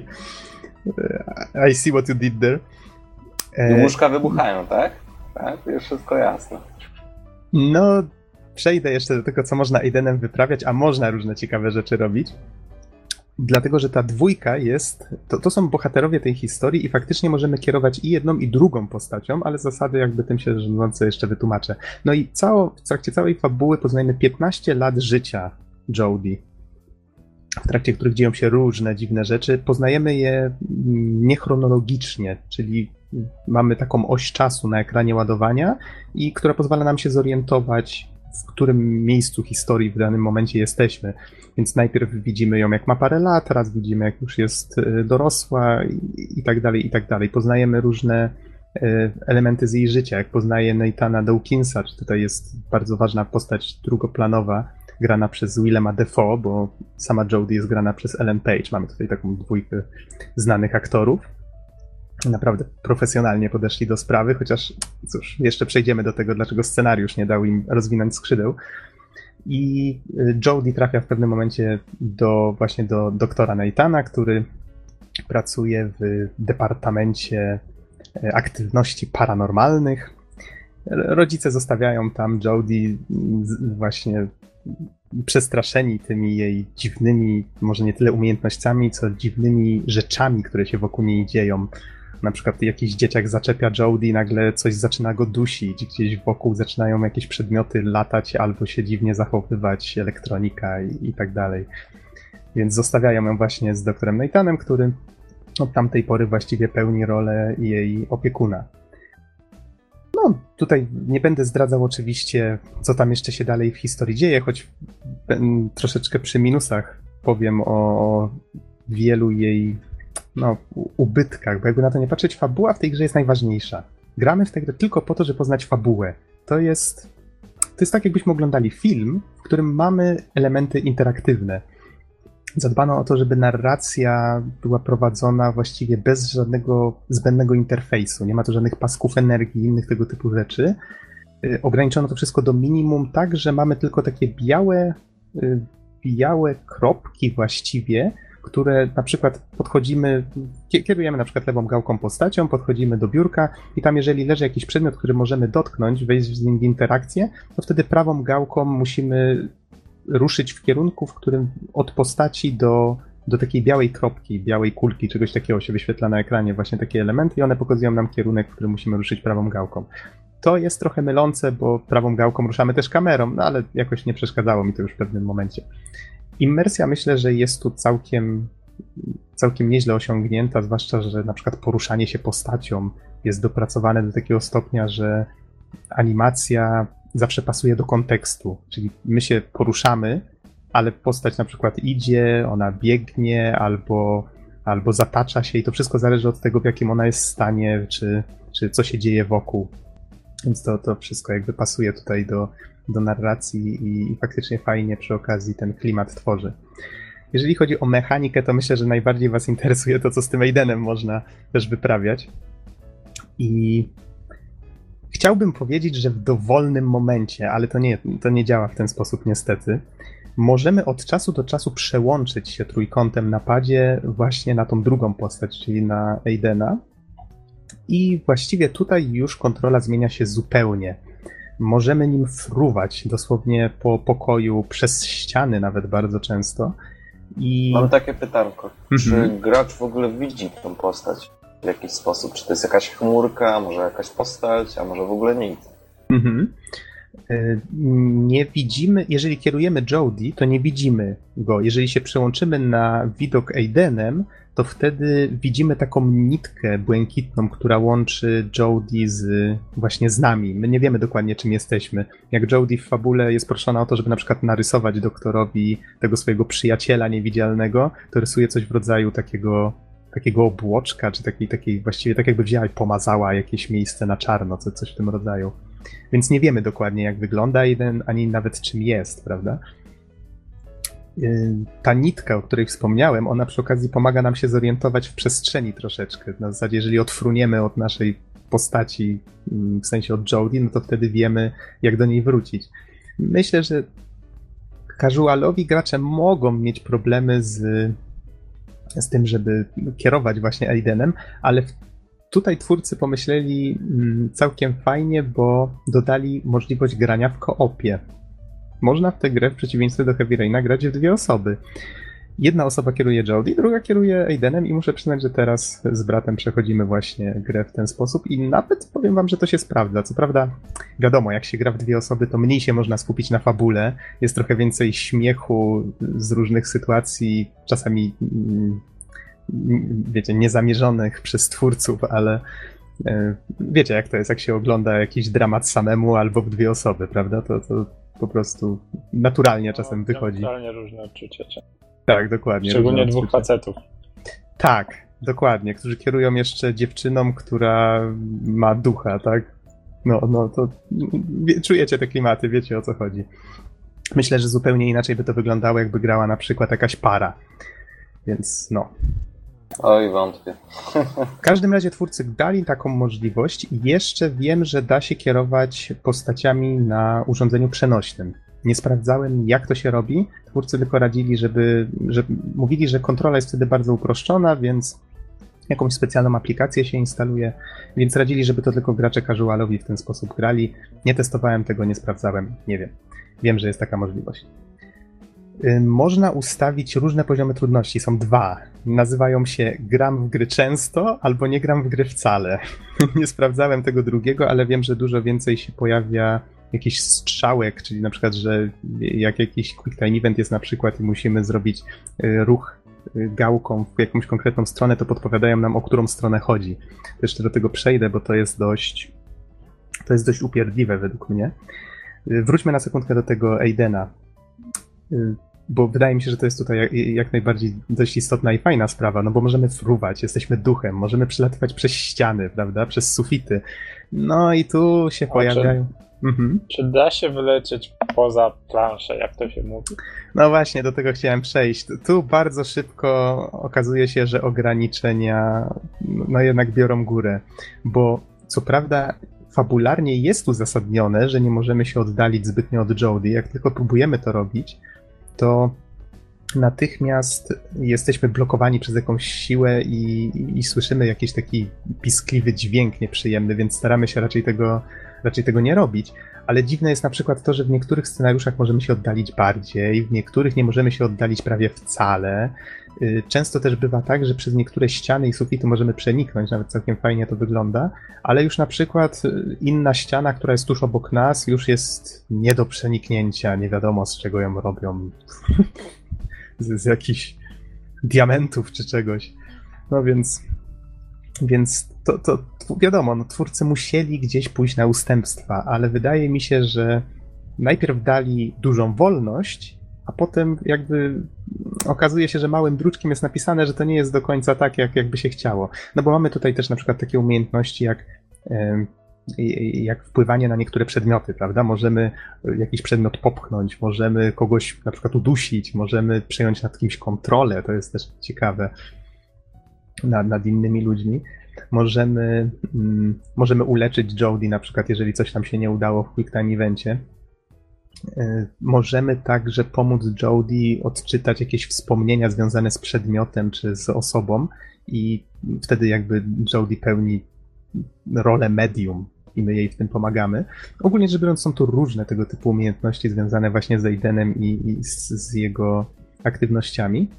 I see what you did there. I łóżka wybuchają, tak? Tak, już wszystko jasne. No, przejdę jeszcze do tego, co można Aidenem wyprawiać, a można różne ciekawe rzeczy robić. Dlatego, że ta dwójka jest, to, to są bohaterowie tej historii i faktycznie możemy kierować i jedną, i drugą postacią, ale zasady jakby tym się rządzące jeszcze wytłumaczę. No i cało, w trakcie całej fabuły poznajemy piętnaście lat życia Jodie, w trakcie których dzieją się różne dziwne rzeczy. Poznajemy je niechronologicznie, czyli mamy taką oś czasu na ekranie ładowania, i która pozwala nam się zorientować, w którym miejscu historii w danym momencie jesteśmy. Więc najpierw widzimy ją, jak ma parę lat, teraz widzimy, jak już jest dorosła i, i tak dalej, i tak dalej. Poznajemy różne elementy z jej życia, jak poznaje Nathana Dawkinsa, czy tutaj jest bardzo ważna postać drugoplanowa, grana przez Willema Dafoe, bo sama Jodie jest grana przez Ellen Page. Mamy tutaj taką dwójkę znanych aktorów. Naprawdę profesjonalnie podeszli do sprawy, chociaż cóż, jeszcze przejdziemy do tego, dlaczego scenariusz nie dał im rozwinąć skrzydeł. I Jodie trafia w pewnym momencie do, właśnie do doktora Nathana, który pracuje w Departamencie Aktywności Paranormalnych. Rodzice zostawiają tam Jodie właśnie przestraszeni tymi jej dziwnymi, może nie tyle umiejętnościami, co dziwnymi rzeczami, które się wokół niej dzieją. Na przykład jakiś dzieciak zaczepia Jodie i nagle coś zaczyna go dusić, gdzieś wokół zaczynają jakieś przedmioty latać albo się dziwnie zachowywać, elektronika i, i tak dalej. Więc zostawiają ją właśnie z doktorem Nathanem, który od tamtej pory właściwie pełni rolę jej opiekuna. No, tutaj nie będę zdradzał oczywiście, co tam jeszcze się dalej w historii dzieje, choć troszeczkę przy minusach powiem o wielu jej no, ubytkach, bo jakby na to nie patrzeć, fabuła w tej grze jest najważniejsza. Gramy w tę grę tylko po to, żeby poznać fabułę. To jest, to jest tak, jakbyśmy oglądali film, w którym mamy elementy interaktywne. Zadbano o to, żeby narracja była prowadzona właściwie bez żadnego zbędnego interfejsu. Nie ma tu żadnych pasków energii i innych tego typu rzeczy. Ograniczono to wszystko do minimum, tak, że mamy tylko takie białe, białe kropki właściwie, które na przykład podchodzimy, kierujemy na przykład lewą gałką postacią, podchodzimy do biurka i tam jeżeli leży jakiś przedmiot, który możemy dotknąć, wejść z nim w interakcję, to wtedy prawą gałką musimy ruszyć w kierunku, w którym od postaci do, do takiej białej kropki, białej kulki, czegoś takiego się wyświetla na ekranie, właśnie takie elementy i one pokazują nam kierunek, w którym musimy ruszyć prawą gałką. To jest trochę mylące, bo prawą gałką ruszamy też kamerą, no ale jakoś nie przeszkadzało mi to już w pewnym momencie. Immersja myślę, że jest tu całkiem, całkiem nieźle osiągnięta, zwłaszcza, że na przykład poruszanie się postacią jest dopracowane do takiego stopnia, że animacja zawsze pasuje do kontekstu, czyli my się poruszamy, ale postać na przykład idzie, ona biegnie albo, albo zatacza się i to wszystko zależy od tego, w jakim ona jest stanie, czy, czy co się dzieje wokół. Więc to, to wszystko jakby pasuje tutaj do, do narracji i, i faktycznie fajnie przy okazji ten klimat tworzy. Jeżeli chodzi o mechanikę, to myślę, że najbardziej was interesuje to, co z tym Aidenem można też wyprawiać. I chciałbym powiedzieć, że w dowolnym momencie, ale to nie, to nie działa w ten sposób niestety, możemy od czasu do czasu przełączyć się trójkątem na padzie właśnie na tą drugą postać, czyli na Aidena. I właściwie tutaj już kontrola zmienia się zupełnie. Możemy nim fruwać dosłownie po pokoju, przez ściany nawet bardzo często. I... Mam takie pytanko. Mhm. Czy gracz w ogóle widzi tą postać w jakiś sposób? Czy to jest jakaś chmurka, może jakaś postać, a może w ogóle nic? Mhm. Nie widzimy, jeżeli kierujemy Jodie, to nie widzimy go. Jeżeli się przełączymy na widok Aidenem, to wtedy widzimy taką nitkę błękitną, która łączy Jodie z, właśnie z nami. My nie wiemy dokładnie, czym jesteśmy. Jak Jodie w fabule jest proszona o to, żeby na przykład narysować doktorowi tego swojego przyjaciela niewidzialnego, to rysuje coś w rodzaju takiego, takiego obłoczka, czy takiej, takiej właściwie tak jakby wzięła i pomazała jakieś miejsce na czarno, coś, coś w tym rodzaju. Więc nie wiemy dokładnie, jak wygląda jeden, ani nawet czym jest, prawda? Ta nitka, o której wspomniałem, ona przy okazji pomaga nam się zorientować w przestrzeni troszeczkę. Na zasadzie, jeżeli odfruniemy od naszej postaci, w sensie od Jodie, no to wtedy wiemy, jak do niej wrócić. Myślę, że casualowi gracze mogą mieć problemy z, z tym, żeby kierować właśnie Aidenem, ale w Tutaj twórcy pomyśleli całkiem fajnie, bo dodali możliwość grania w koopie. Można w tę grę, w przeciwieństwie do Heavy Raina, grać w dwie osoby. Jedna osoba kieruje Jodie, druga kieruje Aidenem i muszę przyznać, że teraz z bratem przechodzimy właśnie grę w ten sposób i nawet powiem wam, że to się sprawdza. Co prawda, wiadomo, jak się gra w dwie osoby, to mniej się można skupić na fabule, jest trochę więcej śmiechu z różnych sytuacji, czasami... wiecie, niezamierzonych przez twórców, ale wiecie, jak to jest, jak się ogląda jakiś dramat samemu albo w dwie osoby, prawda? To, to po prostu naturalnie czasem no, wychodzi. Naturalnie różne odczucia. Tak, dokładnie. Szczególnie dwóch odczucia. Facetów. Tak, dokładnie, którzy kierują jeszcze dziewczyną, która ma ducha, tak? No, no to czujecie te klimaty, wiecie, o co chodzi. Myślę, że zupełnie inaczej by to wyglądało, jakby grała na przykład jakaś para. Więc no. Oj, wątpię. W każdym razie twórcy dali taką możliwość i jeszcze wiem, że da się kierować postaciami na urządzeniu przenośnym. Nie sprawdzałem, jak to się robi. Twórcy tylko radzili, żeby, żeby mówili, że kontrola jest wtedy bardzo uproszczona, więc jakąś specjalną aplikację się instaluje, więc radzili, żeby to tylko gracze casualowi w ten sposób grali. Nie testowałem tego, nie sprawdzałem, nie wiem. Wiem, że jest taka możliwość. Można ustawić różne poziomy trudności. Są dwa. Nazywają się gram w gry często albo nie gram w gry wcale. Nie sprawdzałem tego drugiego, ale wiem, że dużo więcej się pojawia jakichś strzałek, czyli na przykład, że jak jakiś quick time event jest na przykład i musimy zrobić ruch gałką w jakąś konkretną stronę, to podpowiadają nam, o którą stronę chodzi. Jeszcze do tego przejdę, bo to jest dość to jest dość upierdliwe według mnie. Wróćmy na sekundkę do tego Aidena. Bo wydaje mi się, że to jest tutaj jak, jak najbardziej dość istotna i fajna sprawa, no bo możemy fruwać, jesteśmy duchem, możemy przelatywać przez ściany, prawda, przez sufity. No i tu się A pojawiają... Czy, mhm. czy da się wylecieć poza planszę, jak to się mówi? No właśnie, do tego chciałem przejść. Tu bardzo szybko okazuje się, że ograniczenia no jednak biorą górę, bo co prawda fabularnie jest uzasadnione, że nie możemy się oddalić zbytnio od Jodie, jak tylko próbujemy to robić, to natychmiast jesteśmy blokowani przez jakąś siłę i, i, i słyszymy jakiś taki piskliwy dźwięk nieprzyjemny, więc staramy się raczej tego, raczej tego nie robić. Ale dziwne jest na przykład to, że w niektórych scenariuszach możemy się oddalić bardziej, w niektórych nie możemy się oddalić prawie wcale. Często też bywa tak, że przez niektóre ściany i sufity możemy przeniknąć, nawet całkiem fajnie to wygląda, ale już na przykład inna ściana, która jest tuż obok nas, już jest nie do przeniknięcia, nie wiadomo z czego ją robią, z, z jakichś diamentów czy czegoś. No więc, więc to, to wiadomo, no, twórcy musieli gdzieś pójść na ustępstwa, ale wydaje mi się, że najpierw dali dużą wolność, a potem jakby okazuje się, że małym druczkiem jest napisane, że to nie jest do końca tak, jak jakby się chciało. No bo mamy tutaj też na przykład takie umiejętności jak e, jak wpływanie na niektóre przedmioty, prawda? Możemy jakiś przedmiot popchnąć, możemy kogoś na przykład udusić, możemy przejąć nad kimś kontrolę, to jest też ciekawe, nad, nad innymi ludźmi. Możemy, mm, możemy uleczyć Jodie na przykład, jeżeli coś nam się nie udało w Quick Time Evencie. Możemy także pomóc Jodie odczytać jakieś wspomnienia związane z przedmiotem czy z osobą i wtedy jakby Jodie pełni rolę medium i my jej w tym pomagamy. Ogólnie rzecz biorąc są tu różne tego typu umiejętności związane właśnie z Aidenem i, i z, z jego aktywnościami.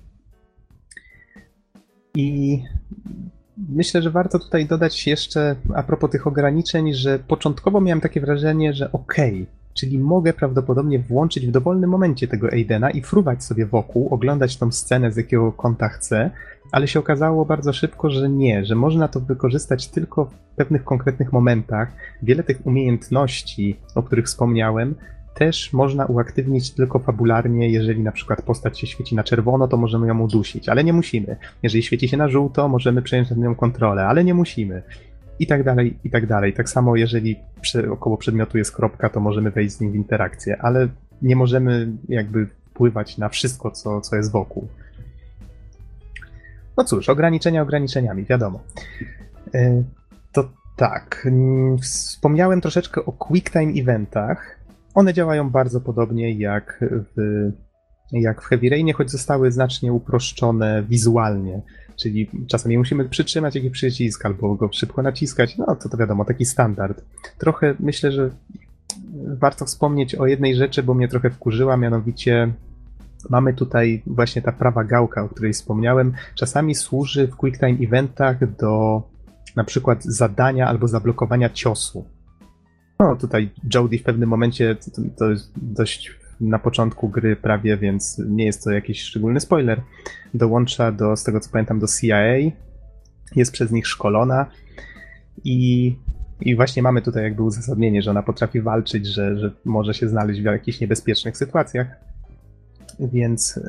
I myślę, że warto tutaj dodać jeszcze a propos tych ograniczeń, że początkowo miałem takie wrażenie, że okej, okay, czyli mogę prawdopodobnie włączyć w dowolnym momencie tego Aidena i fruwać sobie wokół, oglądać tą scenę z jakiego kąta chcę, ale się okazało bardzo szybko, że nie, że można to wykorzystać tylko w pewnych konkretnych momentach. Wiele tych umiejętności, o których wspomniałem, też można uaktywnić tylko fabularnie. Jeżeli na przykład postać się świeci na czerwono, to możemy ją udusić, ale nie musimy. Jeżeli świeci się na żółto, możemy przejąć nad nią kontrolę, ale nie musimy. I tak dalej, i tak dalej. Tak samo jeżeli przy, około przedmiotu jest kropka, to możemy wejść z nim w interakcję, ale nie możemy jakby wpływać na wszystko, co, co jest wokół. No cóż, ograniczenia ograniczeniami, wiadomo. To tak, wspomniałem troszeczkę o Quick Time Eventach. One działają bardzo podobnie jak w, jak w Heavy Rainie, choć zostały znacznie uproszczone wizualnie. Czyli czasami musimy przytrzymać jakiś przycisk albo go szybko naciskać. No to to wiadomo, taki standard. Trochę myślę, że warto wspomnieć o jednej rzeczy, bo mnie trochę wkurzyła, mianowicie mamy tutaj właśnie ta prawa gałka, o której wspomniałem. Czasami służy w Quick Time Eventach do na przykład zadania albo zablokowania ciosu. No tutaj Jodie w pewnym momencie, to, to jest dość na początku gry prawie, więc nie jest to jakiś szczególny spoiler, dołącza do, z tego co pamiętam, do C I A, jest przez nich szkolona i, i właśnie mamy tutaj jakby uzasadnienie, że ona potrafi walczyć, że, że może się znaleźć w jakichś niebezpiecznych sytuacjach, więc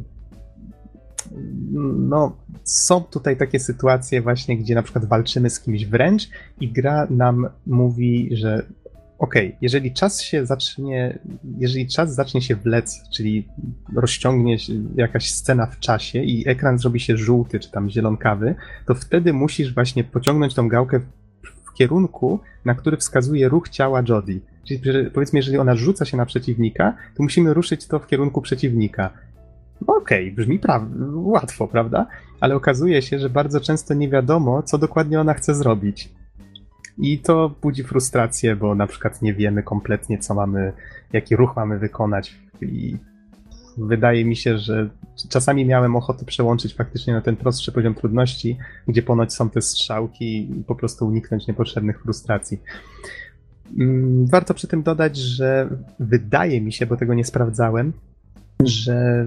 no są tutaj takie sytuacje właśnie, gdzie na przykład walczymy z kimś wręcz i gra nam mówi, że okej, okay, jeżeli czas się zacznie, jeżeli czas zacznie się wlec, czyli rozciągnie się jakaś scena w czasie i ekran zrobi się żółty czy tam zielonkawy, to wtedy musisz właśnie pociągnąć tą gałkę w kierunku, na który wskazuje ruch ciała Jodie. Czyli powiedzmy, jeżeli ona rzuca się na przeciwnika, to musimy ruszyć to w kierunku przeciwnika. Okej, okay, brzmi pra- łatwo, prawda? Ale okazuje się, że bardzo często nie wiadomo, co dokładnie ona chce zrobić. I to budzi frustrację, bo na przykład nie wiemy kompletnie, co mamy, jaki ruch mamy wykonać. I wydaje mi się, że czasami miałem ochotę przełączyć faktycznie na ten prostszy poziom trudności, gdzie ponoć są te strzałki i po prostu uniknąć niepotrzebnych frustracji. Warto przy tym dodać, że wydaje mi się, bo tego nie sprawdzałem, że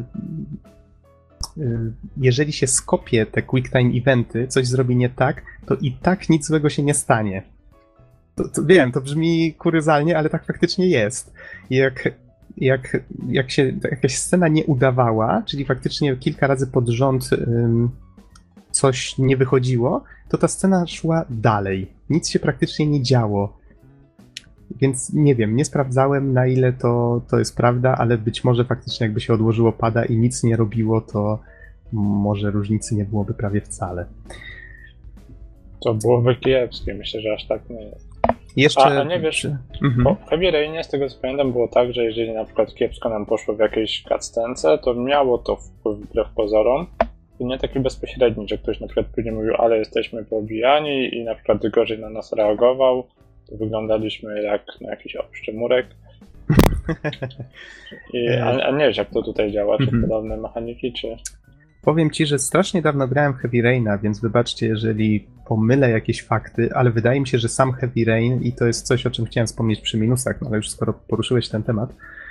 jeżeli się skopie te quick time eventy, coś zrobi nie tak, to i tak nic złego się nie stanie. To, to wiem, to brzmi kuryzalnie, ale tak faktycznie jest. Jak, jak, jak się jakaś scena nie udawała, czyli faktycznie kilka razy pod rząd ym, coś nie wychodziło, to ta scena szła dalej. Nic się praktycznie nie działo. Więc nie wiem, nie sprawdzałem, na ile to, to jest prawda, ale być może faktycznie jakby się odłożyło pada i nic nie robiło, to może różnicy nie byłoby prawie wcale. To byłoby kiepskie, myślę, że aż tak nie jest. Jeszcze... A, a nie wiesz, czy... bo w Heavy Rainie, z tego co pamiętam, było tak, że jeżeli na przykład kiepsko nam poszło w jakiejś cutscence, to miało to wpływ wbrew pozorom. I nie taki bezpośredni, że ktoś na przykład później mówił, ale jesteśmy poobijani i na przykład gorzej na nas reagował. To wyglądaliśmy jak na jakiś obszczy murek. I, a, a nie wiesz, jak to tutaj działa, czy podobne mechaniki, czy... Powiem ci, że strasznie dawno grałem w Heavy Raina, więc wybaczcie, jeżeli pomylę jakieś fakty, ale wydaje mi się, że sam Heavy Rain, i to jest coś, o czym chciałem wspomnieć przy minusach, no ale już skoro poruszyłeś ten temat,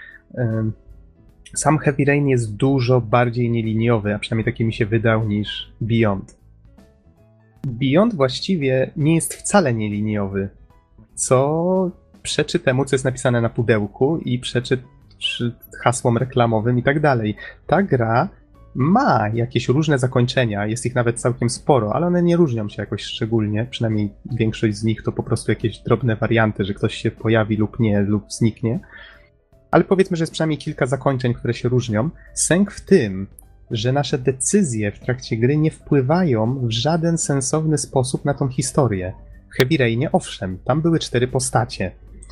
sam Heavy Rain jest dużo bardziej nieliniowy, a przynajmniej taki mi się wydał, niż Beyond. Beyond właściwie nie jest wcale nieliniowy, co przeczy temu, co jest napisane na pudełku i przeczy hasłom reklamowym i tak dalej. Ta gra ma jakieś różne zakończenia, jest ich nawet całkiem sporo, ale one nie różnią się jakoś szczególnie, przynajmniej większość z nich to po prostu jakieś drobne warianty, że ktoś się pojawi lub nie, lub zniknie. Ale powiedzmy, że jest przynajmniej kilka zakończeń, które się różnią. Sęk w tym, że nasze decyzje w trakcie gry nie wpływają w żaden sensowny sposób na tą historię. W Heavy Rainie, owszem, tam były cztery postacie.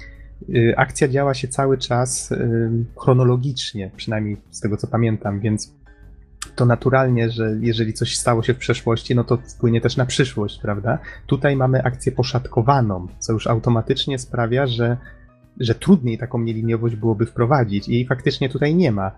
Akcja działa się cały czas chronologicznie, przynajmniej z tego co pamiętam, więc to naturalnie, że jeżeli coś stało się w przeszłości, no to wpłynie też na przyszłość, prawda? Tutaj mamy akcję poszatkowaną, co już automatycznie sprawia, że, że trudniej taką nieliniowość byłoby wprowadzić i jej faktycznie tutaj nie ma.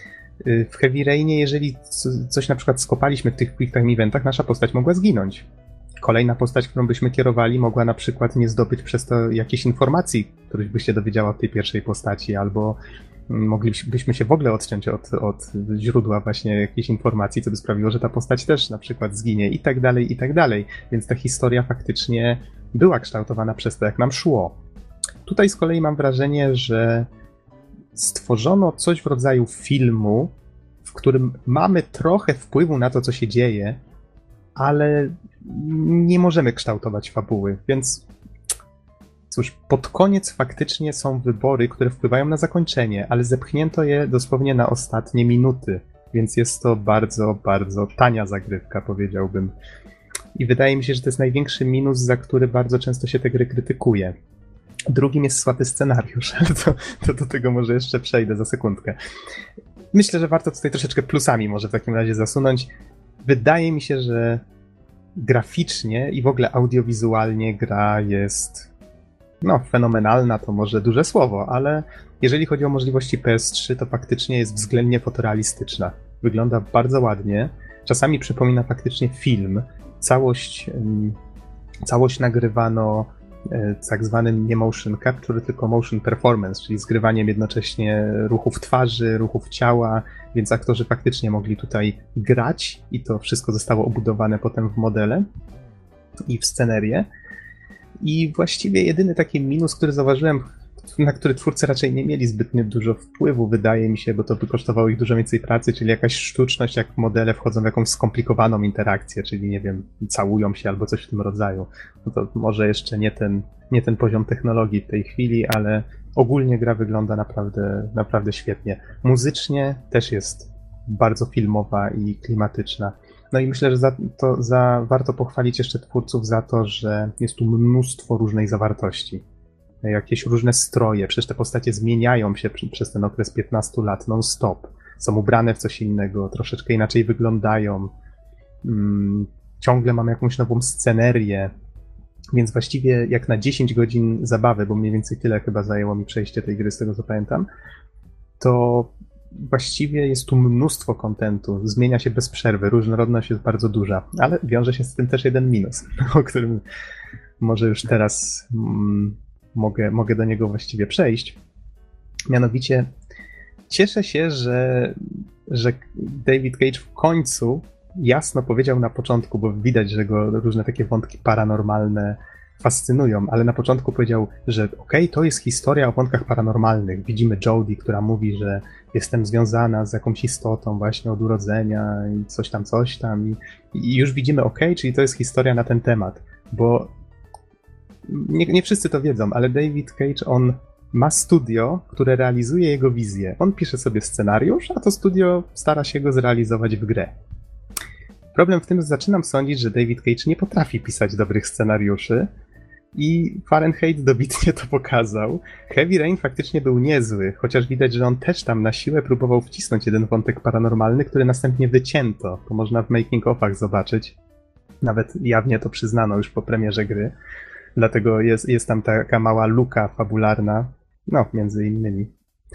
W Heavy Rainie, jeżeli coś na przykład skopaliśmy w tych quick time eventach, nasza postać mogła zginąć. Kolejna postać, którą byśmy kierowali, mogła na przykład nie zdobyć przez to jakichś informacji, których by się dowiedziała od tej pierwszej postaci, albo moglibyśmy się w ogóle odciąć od, od źródła właśnie jakiejś informacji, co by sprawiło, że ta postać też na przykład zginie i tak dalej, i tak dalej. Więc ta historia faktycznie była kształtowana przez to, jak nam szło. Tutaj z kolei mam wrażenie, że stworzono coś w rodzaju filmu, w którym mamy trochę wpływu na to, co się dzieje, ale nie możemy kształtować fabuły, więc cóż, pod koniec faktycznie są wybory, które wpływają na zakończenie, ale zepchnięto je dosłownie na ostatnie minuty, więc jest to bardzo, bardzo tania zagrywka, powiedziałbym. I wydaje mi się, że to jest największy minus, za który bardzo często się te gry krytykuje. Drugim jest słaby scenariusz, ale to, to do tego może jeszcze przejdę za sekundkę. Myślę, że warto tutaj troszeczkę plusami może w takim razie zasunąć. Wydaje mi się, że graficznie i w ogóle audiowizualnie gra jest no fenomenalna, to może duże słowo, ale jeżeli chodzi o możliwości P S trzy, to faktycznie jest względnie fotorealistyczna. Wygląda bardzo ładnie, czasami przypomina faktycznie film. Całość, całość nagrywano tak zwanym nie motion capture, tylko motion performance, czyli zgrywaniem jednocześnie ruchów twarzy, ruchów ciała, więc aktorzy faktycznie mogli tutaj grać i to wszystko zostało obudowane potem w modele i w scenerię. I właściwie jedyny taki minus, który zauważyłem, na który twórcy raczej nie mieli zbytnio dużo wpływu, wydaje mi się, bo to by kosztowało ich dużo więcej pracy, czyli jakaś sztuczność, jak modele wchodzą w jakąś skomplikowaną interakcję, czyli nie wiem, całują się albo coś w tym rodzaju. No to może jeszcze nie ten, nie ten poziom technologii w tej chwili, ale ogólnie gra wygląda naprawdę, naprawdę świetnie. Muzycznie też jest bardzo filmowa i klimatyczna. No i myślę, że za to za, warto pochwalić jeszcze twórców za to, że jest tu mnóstwo różnej zawartości. Jakieś różne stroje, przecież te postacie zmieniają się przez ten okres piętnastu lat non-stop. Są ubrane w coś innego, troszeczkę inaczej wyglądają. Hmm, ciągle mam jakąś nową scenerię, więc właściwie jak na dziesięć godzin zabawy, bo mniej więcej tyle chyba zajęło mi przejście tej gry, z tego co pamiętam, to właściwie jest tu mnóstwo kontentu, zmienia się bez przerwy, różnorodność jest bardzo duża, ale wiąże się z tym też jeden minus, o którym może już teraz mm, mogę, mogę do niego właściwie przejść. Mianowicie cieszę się, że, że David Cage w końcu jasno powiedział na początku, bo widać, że go różne takie wątki paranormalne fascynują, ale na początku powiedział, że okej, okay, to jest historia o wątkach paranormalnych. Widzimy Jodie, która mówi, że jestem związana z jakąś istotą właśnie od urodzenia i coś tam, coś tam. I, i już widzimy, okej, okay, czyli to jest historia na ten temat, bo nie, nie wszyscy to wiedzą, ale David Cage, on ma studio, które realizuje jego wizję. On pisze sobie scenariusz, a to studio stara się go zrealizować w grę. Problem w tym, że zaczynam sądzić, że David Cage nie potrafi pisać dobrych scenariuszy i Fahrenheit dobitnie to pokazał. Heavy Rain faktycznie był niezły, chociaż widać, że on też tam na siłę próbował wcisnąć jeden wątek paranormalny, który następnie wycięto. To można w making-offach zobaczyć. Nawet jawnie to przyznano już po premierze gry. Dlatego jest, jest tam taka mała luka fabularna, no między innymi.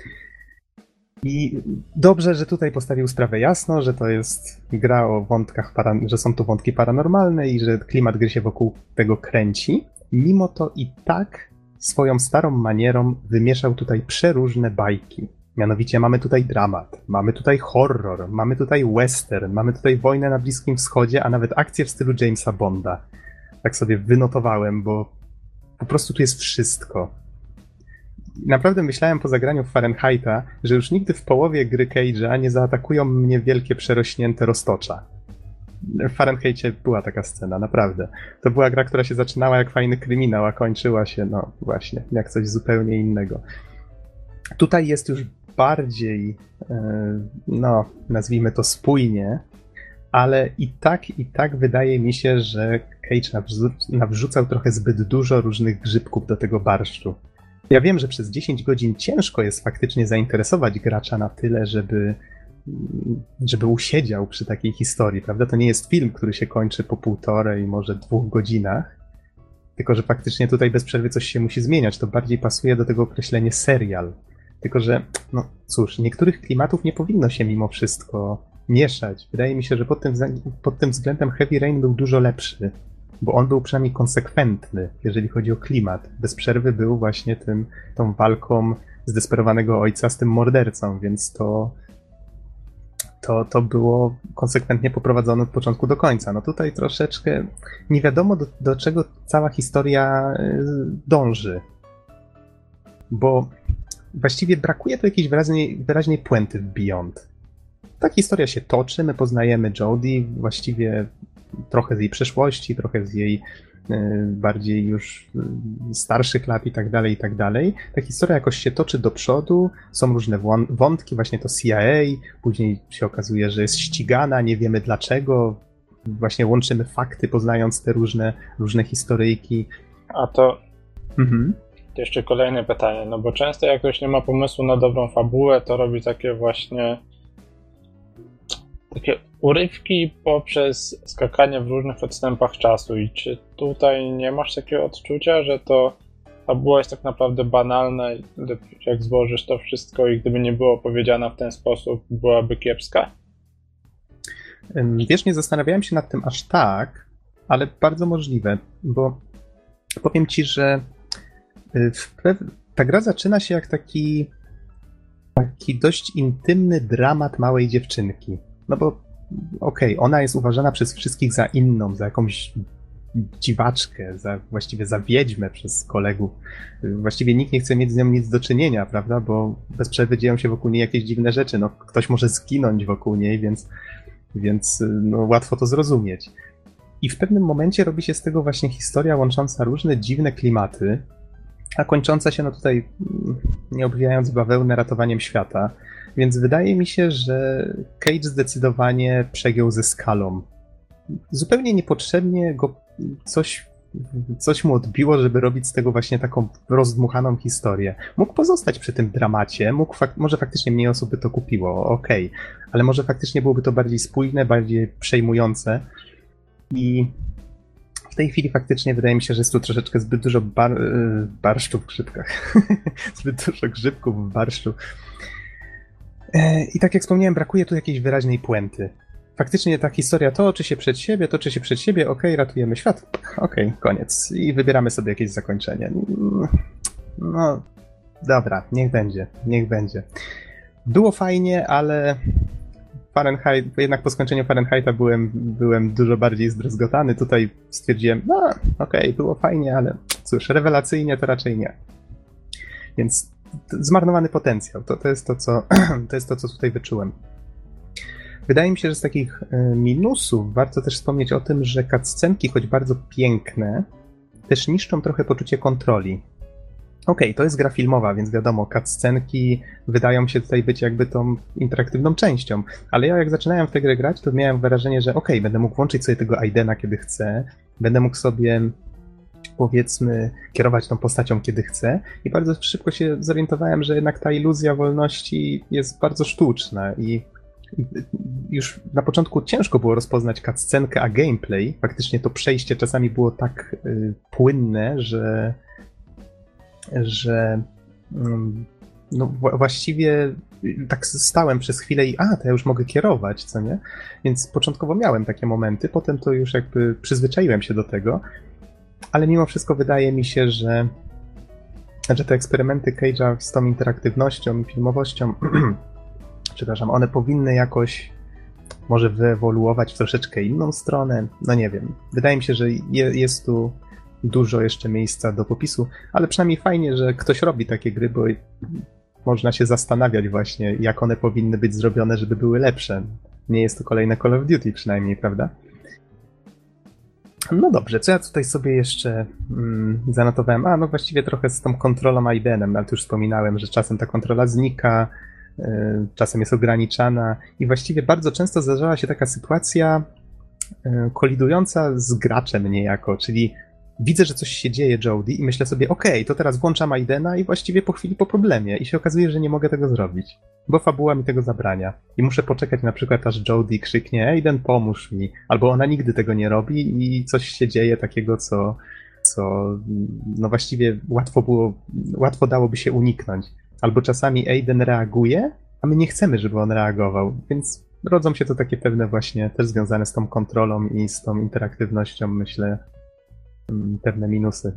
I dobrze, że tutaj postawił sprawę jasno, że to jest gra o wątkach, para- że są tu wątki paranormalne i że klimat gry się wokół tego kręci. Mimo to i tak swoją starą manierą wymieszał tutaj przeróżne bajki. Mianowicie mamy tutaj dramat, mamy tutaj horror, mamy tutaj western, mamy tutaj wojnę na Bliskim Wschodzie, a nawet akcję w stylu Jamesa Bonda. Tak sobie wynotowałem, bo po prostu tu jest wszystko. naprawdę myślałem po zagraniu w Fahrenheita, że już nigdy w połowie gry Cage'a nie zaatakują mnie wielkie przerośnięte roztocza. W Fahrenheicie była taka scena, naprawdę. To była gra, która się zaczynała jak fajny kryminał, a kończyła się, no właśnie, jak coś zupełnie innego. Tutaj jest już bardziej, no, nazwijmy to spójnie, ale i tak, i tak wydaje mi się, że Cage nawrzu- nawrzucał trochę zbyt dużo różnych grzybków do tego barszczu. Ja wiem, że przez dziesięć godzin ciężko jest faktycznie zainteresować gracza na tyle, żeby, żeby usiedział przy takiej historii, prawda? To nie jest film, który się kończy po półtorej, może dwóch godzinach, tylko że faktycznie tutaj bez przerwy coś się musi zmieniać. To bardziej pasuje do tego określenie serial. Tylko że, no cóż, niektórych klimatów nie powinno się mimo wszystko mieszać. Wydaje mi się, że pod tym, pod tym względem Heavy Rain był dużo lepszy, bo on był przynajmniej konsekwentny, jeżeli chodzi o klimat. Bez przerwy był właśnie tym, tą walką zdesperowanego ojca z tym mordercą, więc to, to, to było konsekwentnie poprowadzone od początku do końca. No tutaj troszeczkę nie wiadomo, do, do czego cała historia dąży, bo właściwie brakuje tu jakiejś wyraźnej, wyraźnej puenty w Beyond. Ta historia się toczy, my poznajemy Jodie, właściwie trochę z jej przeszłości, trochę z jej y, bardziej już y, starszych lat i tak dalej, i tak dalej. Ta historia jakoś się toczy do przodu, są różne wątki, właśnie to C I A, później się okazuje, że jest ścigana, nie wiemy dlaczego, właśnie łączymy fakty, poznając te różne, różne historyjki. A to... Mhm. Jeszcze kolejne pytanie, no bo często jak ktoś nie ma pomysłu na dobrą fabułę, to robi takie właśnie takie urywki poprzez skakanie w różnych odstępach czasu. I czy tutaj nie masz takiego odczucia, że to fabuła jest tak naprawdę banalna, jak złożysz to wszystko i gdyby nie było powiedziana w ten sposób, byłaby kiepska? Wiesz, nie zastanawiałem się nad tym aż tak, ale bardzo możliwe, bo powiem ci, że ta gra zaczyna się jak taki taki dość intymny dramat małej dziewczynki. No bo okej, okay, ona jest uważana przez wszystkich za inną, za jakąś dziwaczkę, za, właściwie za wiedźmę przez kolegów. Właściwie nikt nie chce mieć z nią nic do czynienia, prawda, bo bez przerwy dzieją się wokół niej jakieś dziwne rzeczy. No, ktoś może zginąć wokół niej, więc, więc no, łatwo to zrozumieć. I w pewnym momencie robi się z tego właśnie historia łącząca różne dziwne klimaty, a kończąca się, no tutaj, nie obwijając bawełnę, ratowaniem świata. Więc wydaje mi się, że Cage zdecydowanie przegiął ze skalą. Zupełnie niepotrzebnie go coś, coś mu odbiło, żeby robić z tego właśnie taką rozdmuchaną historię. Mógł pozostać przy tym dramacie, mógł fak- może faktycznie mniej osób by to kupiło, okej, okay. Ale może faktycznie byłoby to bardziej spójne, bardziej przejmujące i w tej chwili faktycznie wydaje mi się, że jest tu troszeczkę zbyt dużo bar- barszczu w grzybkach. Zbyt dużo grzybków w barszczu. I tak jak wspomniałem, brakuje tu jakiejś wyraźnej puenty. Faktycznie ta historia toczy się przed siebie, toczy się przed siebie, okej, okay, ratujemy świat, okej, okay, koniec. I wybieramy sobie jakieś zakończenie. No, dobra, niech będzie, niech będzie. Było fajnie, ale Fahrenheit, jednak po skończeniu Fahrenheita byłem, byłem dużo bardziej zdruzgotany. Tutaj stwierdziłem, no okej, okay, było fajnie, ale cóż, rewelacyjnie to raczej nie. Więc zmarnowany potencjał, to, to, jest to, co, to jest to, co tutaj wyczułem. Wydaje mi się, że z takich minusów warto też wspomnieć o tym, że cutscenki, choć bardzo piękne, też niszczą trochę poczucie kontroli. Okej, okay, to jest gra filmowa, więc wiadomo, cutscenki wydają się tutaj być jakby tą interaktywną częścią, ale ja jak zaczynałem w tę grę grać, to miałem wrażenie, że okej, okay, będę mógł włączyć sobie tego Aidena, kiedy chcę, będę mógł sobie, powiedzmy, kierować tą postacią, kiedy chcę i bardzo szybko się zorientowałem, że jednak ta iluzja wolności jest bardzo sztuczna i już na początku ciężko było rozpoznać cutscenkę a gameplay. Faktycznie to przejście czasami było tak y, płynne, że że no właściwie tak stałem przez chwilę i a, to ja już mogę kierować, co nie? Więc początkowo miałem takie momenty, potem to już jakby przyzwyczaiłem się do tego, ale mimo wszystko wydaje mi się, że, że te eksperymenty Cage'a z tą interaktywnością i filmowością przepraszam, one powinny jakoś może wyewoluować w troszeczkę inną stronę, no nie wiem. Wydaje mi się, że je, jest tu dużo jeszcze miejsca do popisu, ale przynajmniej fajnie, że ktoś robi takie gry, bo można się zastanawiać właśnie, jak one powinny być zrobione, żeby były lepsze. Nie jest to kolejne Call of Duty przynajmniej, prawda? No dobrze, co ja tutaj sobie jeszcze mm, zanotowałem? A, no właściwie trochę z tą kontrolą Aidenem, ale już wspominałem, że czasem ta kontrola znika, y, czasem jest ograniczana i właściwie bardzo często zdarzała się taka sytuacja y, kolidująca z graczem niejako, czyli widzę, że coś się dzieje, Jodie, i myślę sobie, okej, okay, to teraz włączam Aidena i właściwie po chwili po problemie i się okazuje, że nie mogę tego zrobić, bo fabuła mi tego zabrania i muszę poczekać na przykład, aż Jodie krzyknie, Aiden, pomóż mi, albo ona nigdy tego nie robi i coś się dzieje takiego, co, co no właściwie łatwo było, łatwo dałoby się uniknąć, albo czasami Aiden reaguje, a my nie chcemy, żeby on reagował, więc rodzą się to takie pewne właśnie też związane z tą kontrolą i z tą interaktywnością, myślę, pewne minusy.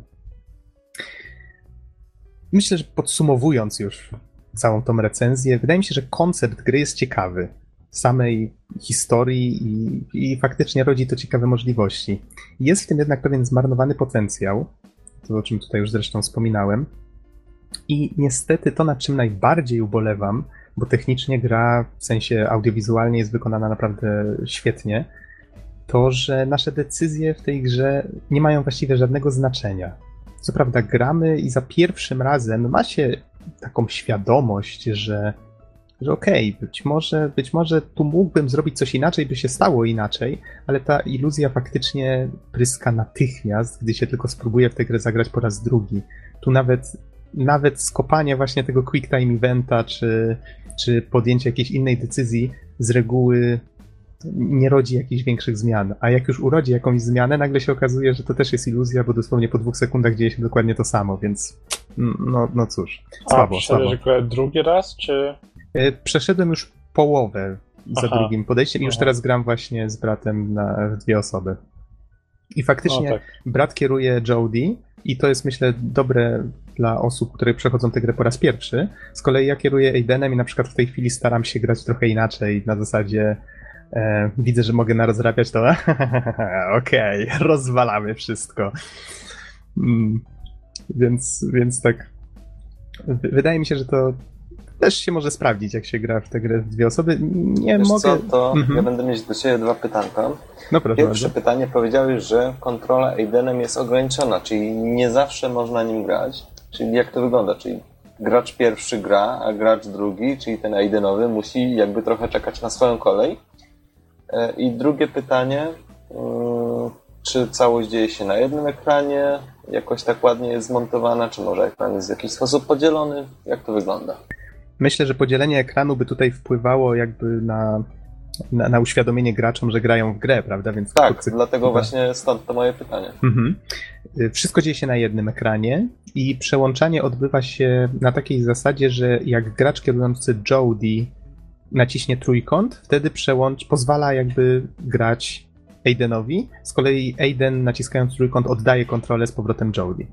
Myślę, że podsumowując już całą tą recenzję, wydaje mi się, że koncept gry jest ciekawy. Samej historii i, i faktycznie rodzi to ciekawe możliwości. Jest w tym jednak pewien zmarnowany potencjał, to o czym tutaj już zresztą wspominałem. I niestety to, nad czym najbardziej ubolewam, bo technicznie gra w sensie audiowizualnie jest wykonana naprawdę świetnie, to, że nasze decyzje w tej grze nie mają właściwie żadnego znaczenia. Co prawda gramy i za pierwszym razem ma się taką świadomość, że, że okej, okay, być może, być może tu mógłbym zrobić coś inaczej, by się stało inaczej, ale ta iluzja faktycznie pryska natychmiast, gdy się tylko spróbuje w tę grę zagrać po raz drugi. Tu nawet, nawet skopanie właśnie tego quick time eventa, czy, czy podjęcie jakiejś innej decyzji z reguły nie rodzi jakichś większych zmian, a jak już urodzi jakąś zmianę, nagle się okazuje, że to też jest iluzja, bo dosłownie po dwóch sekundach dzieje się dokładnie to samo, więc no, no cóż, słabo, a, słabo. A drugi raz, czy? Przeszedłem już połowę za Aha. drugim podejściem i już Aha. teraz gram właśnie z bratem na dwie osoby. I faktycznie no, tak. brat kieruje Jodie i to jest, myślę, dobre dla osób, które przechodzą tę grę po raz pierwszy. Z kolei ja kieruję Aidenem i na przykład w tej chwili staram się grać trochę inaczej, na zasadzie E, widzę, że mogę narozrabiać to. Okej, okay, rozwalamy wszystko. Mm, więc, więc tak. W, wydaje mi się, że to też się może sprawdzić, jak się gra w tę grę w dwie osoby. Nie Wiesz mogę. Co, to mhm. ja będę mieć do ciebie dwa pytanka. No proszę Pierwsze bardzo. pytanie, powiedziałeś, że kontrola Aidenem jest ograniczona, czyli nie zawsze można nim grać. Czyli jak to wygląda? Czyli gracz pierwszy gra, a gracz drugi, czyli ten Aidenowy, musi jakby trochę czekać na swoją kolej. I drugie pytanie, czy całość dzieje się na jednym ekranie, jakoś tak ładnie jest zmontowana, czy może ekran jest w jakiś sposób podzielony? Jak to wygląda? Myślę, że podzielenie ekranu by tutaj wpływało jakby na, na, na uświadomienie graczom, że grają w grę, prawda? Więc tak, to, dlatego chyba... właśnie stąd to moje pytanie. Mhm. Wszystko dzieje się na jednym ekranie i przełączanie odbywa się na takiej zasadzie, że jak gracz kierujący Jodie naciśnie trójkąt, wtedy przełącz, pozwala jakby grać Aidenowi, z kolei Aiden naciskając trójkąt oddaje kontrolę z powrotem Jodie.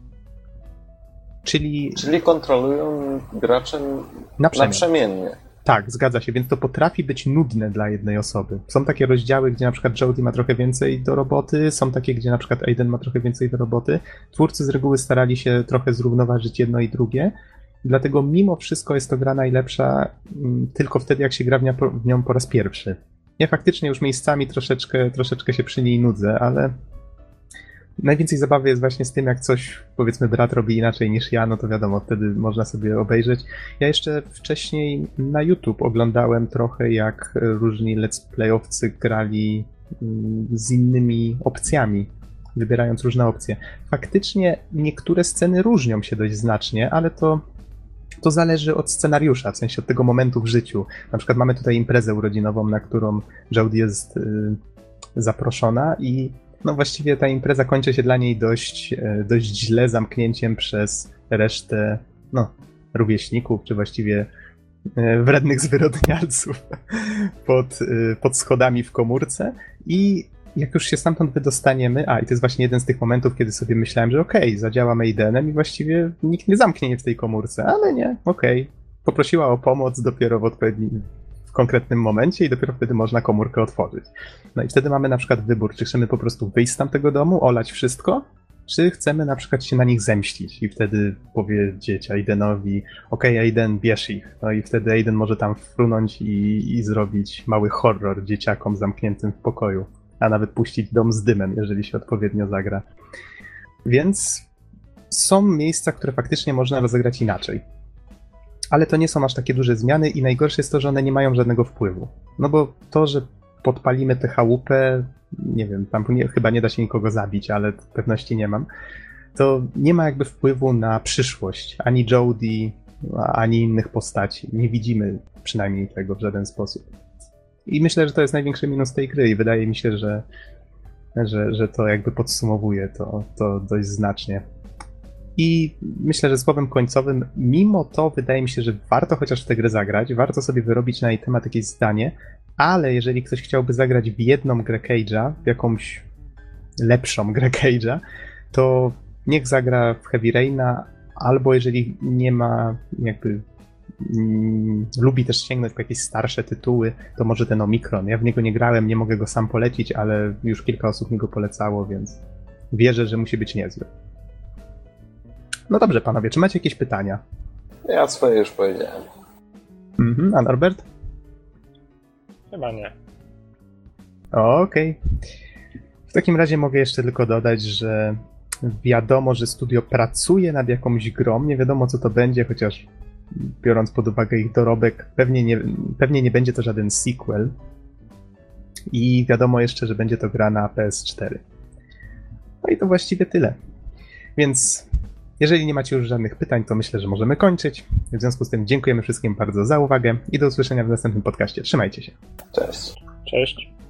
Czyli... Czyli kontrolują graczem naprzemiennie. naprzemiennie. Tak, zgadza się, więc to potrafi być nudne dla jednej osoby. Są takie rozdziały, gdzie na przykład Jodie ma trochę więcej do roboty, są takie, gdzie na przykład Aiden ma trochę więcej do roboty. Twórcy z reguły starali się trochę zrównoważyć jedno i drugie, dlatego mimo wszystko jest to gra najlepsza m, tylko wtedy, jak się gra w nią, w nią po raz pierwszy. Ja faktycznie już miejscami troszeczkę, troszeczkę się przy niej nudzę, ale najwięcej zabawy jest właśnie z tym, jak coś, powiedzmy, brat robi inaczej niż ja, no to wiadomo, wtedy można sobie obejrzeć. Ja jeszcze wcześniej na YouTube oglądałem trochę, jak różni let's playowcy grali m, z innymi opcjami, wybierając różne opcje. Faktycznie niektóre sceny różnią się dość znacznie, ale to To zależy od scenariusza, w sensie od tego momentu w życiu. Na przykład mamy tutaj imprezę urodzinową, na którą Jodie jest y, zaproszona i no właściwie ta impreza kończy się dla niej dość, y, dość źle zamknięciem przez resztę no, rówieśników, czy właściwie y, wrednych zwyrodnialców pod, y, pod schodami w komórce i jak już się stamtąd wydostaniemy, a i to jest właśnie jeden z tych momentów, kiedy sobie myślałem, że okej, okay, zadziałam Aidenem i właściwie nikt nie zamknie mnie w tej komórce, ale nie, okej. Okay. Poprosiła o pomoc dopiero w odpowiednim, w konkretnym momencie i dopiero wtedy można komórkę otworzyć. No i wtedy mamy na przykład wybór, czy chcemy po prostu wyjść z tamtego domu, olać wszystko, czy chcemy na przykład się na nich zemścić i wtedy powiedzieć Aidenowi, okej, okay, Aiden, bierz ich. No i wtedy Aiden może tam frunąć i, i zrobić mały horror dzieciakom zamkniętym w pokoju, a nawet puścić dom z dymem, jeżeli się odpowiednio zagra. Więc są miejsca, które faktycznie można rozegrać inaczej. Ale to nie są aż takie duże zmiany i najgorsze jest to, że one nie mają żadnego wpływu. No bo to, że podpalimy tę chałupę, nie wiem, tam nie, chyba nie da się nikogo zabić, ale pewności nie mam, to nie ma jakby wpływu na przyszłość, ani Jodie, ani innych postaci. Nie widzimy przynajmniej tego w żaden sposób. I myślę, że to jest największy minus tej gry i wydaje mi się, że, że, że to jakby podsumowuje to, to dość znacznie. I myślę, że słowem końcowym, mimo to wydaje mi się, że warto chociaż w tę grę zagrać, warto sobie wyrobić na jej temat jakieś zdanie, ale jeżeli ktoś chciałby zagrać w jedną grę Cage'a, w jakąś lepszą grę Cage'a, to niech zagra w Heavy Raina, albo jeżeli nie ma jakby mm, lubi też sięgnąć po jakieś starsze tytuły, to może ten Omikron. Ja w niego nie grałem, nie mogę go sam polecić, ale już kilka osób mi go polecało, więc wierzę, że musi być niezły. No dobrze, panowie, czy macie jakieś pytania? Ja swoje już powiedziałem. Mhm, a Norbert? Chyba nie. Okej. Okay. W takim razie mogę jeszcze tylko dodać, że wiadomo, że studio pracuje nad jakąś grą, nie wiadomo co to będzie, chociaż biorąc pod uwagę ich dorobek, pewnie nie, pewnie nie będzie to żaden sequel. I wiadomo jeszcze, że będzie to gra na P S cztery. No i to właściwie tyle. Więc jeżeli nie macie już żadnych pytań, to myślę, że możemy kończyć. W związku z tym dziękujemy wszystkim bardzo za uwagę i do usłyszenia w następnym podcaście. Trzymajcie się. Cześć. Cześć.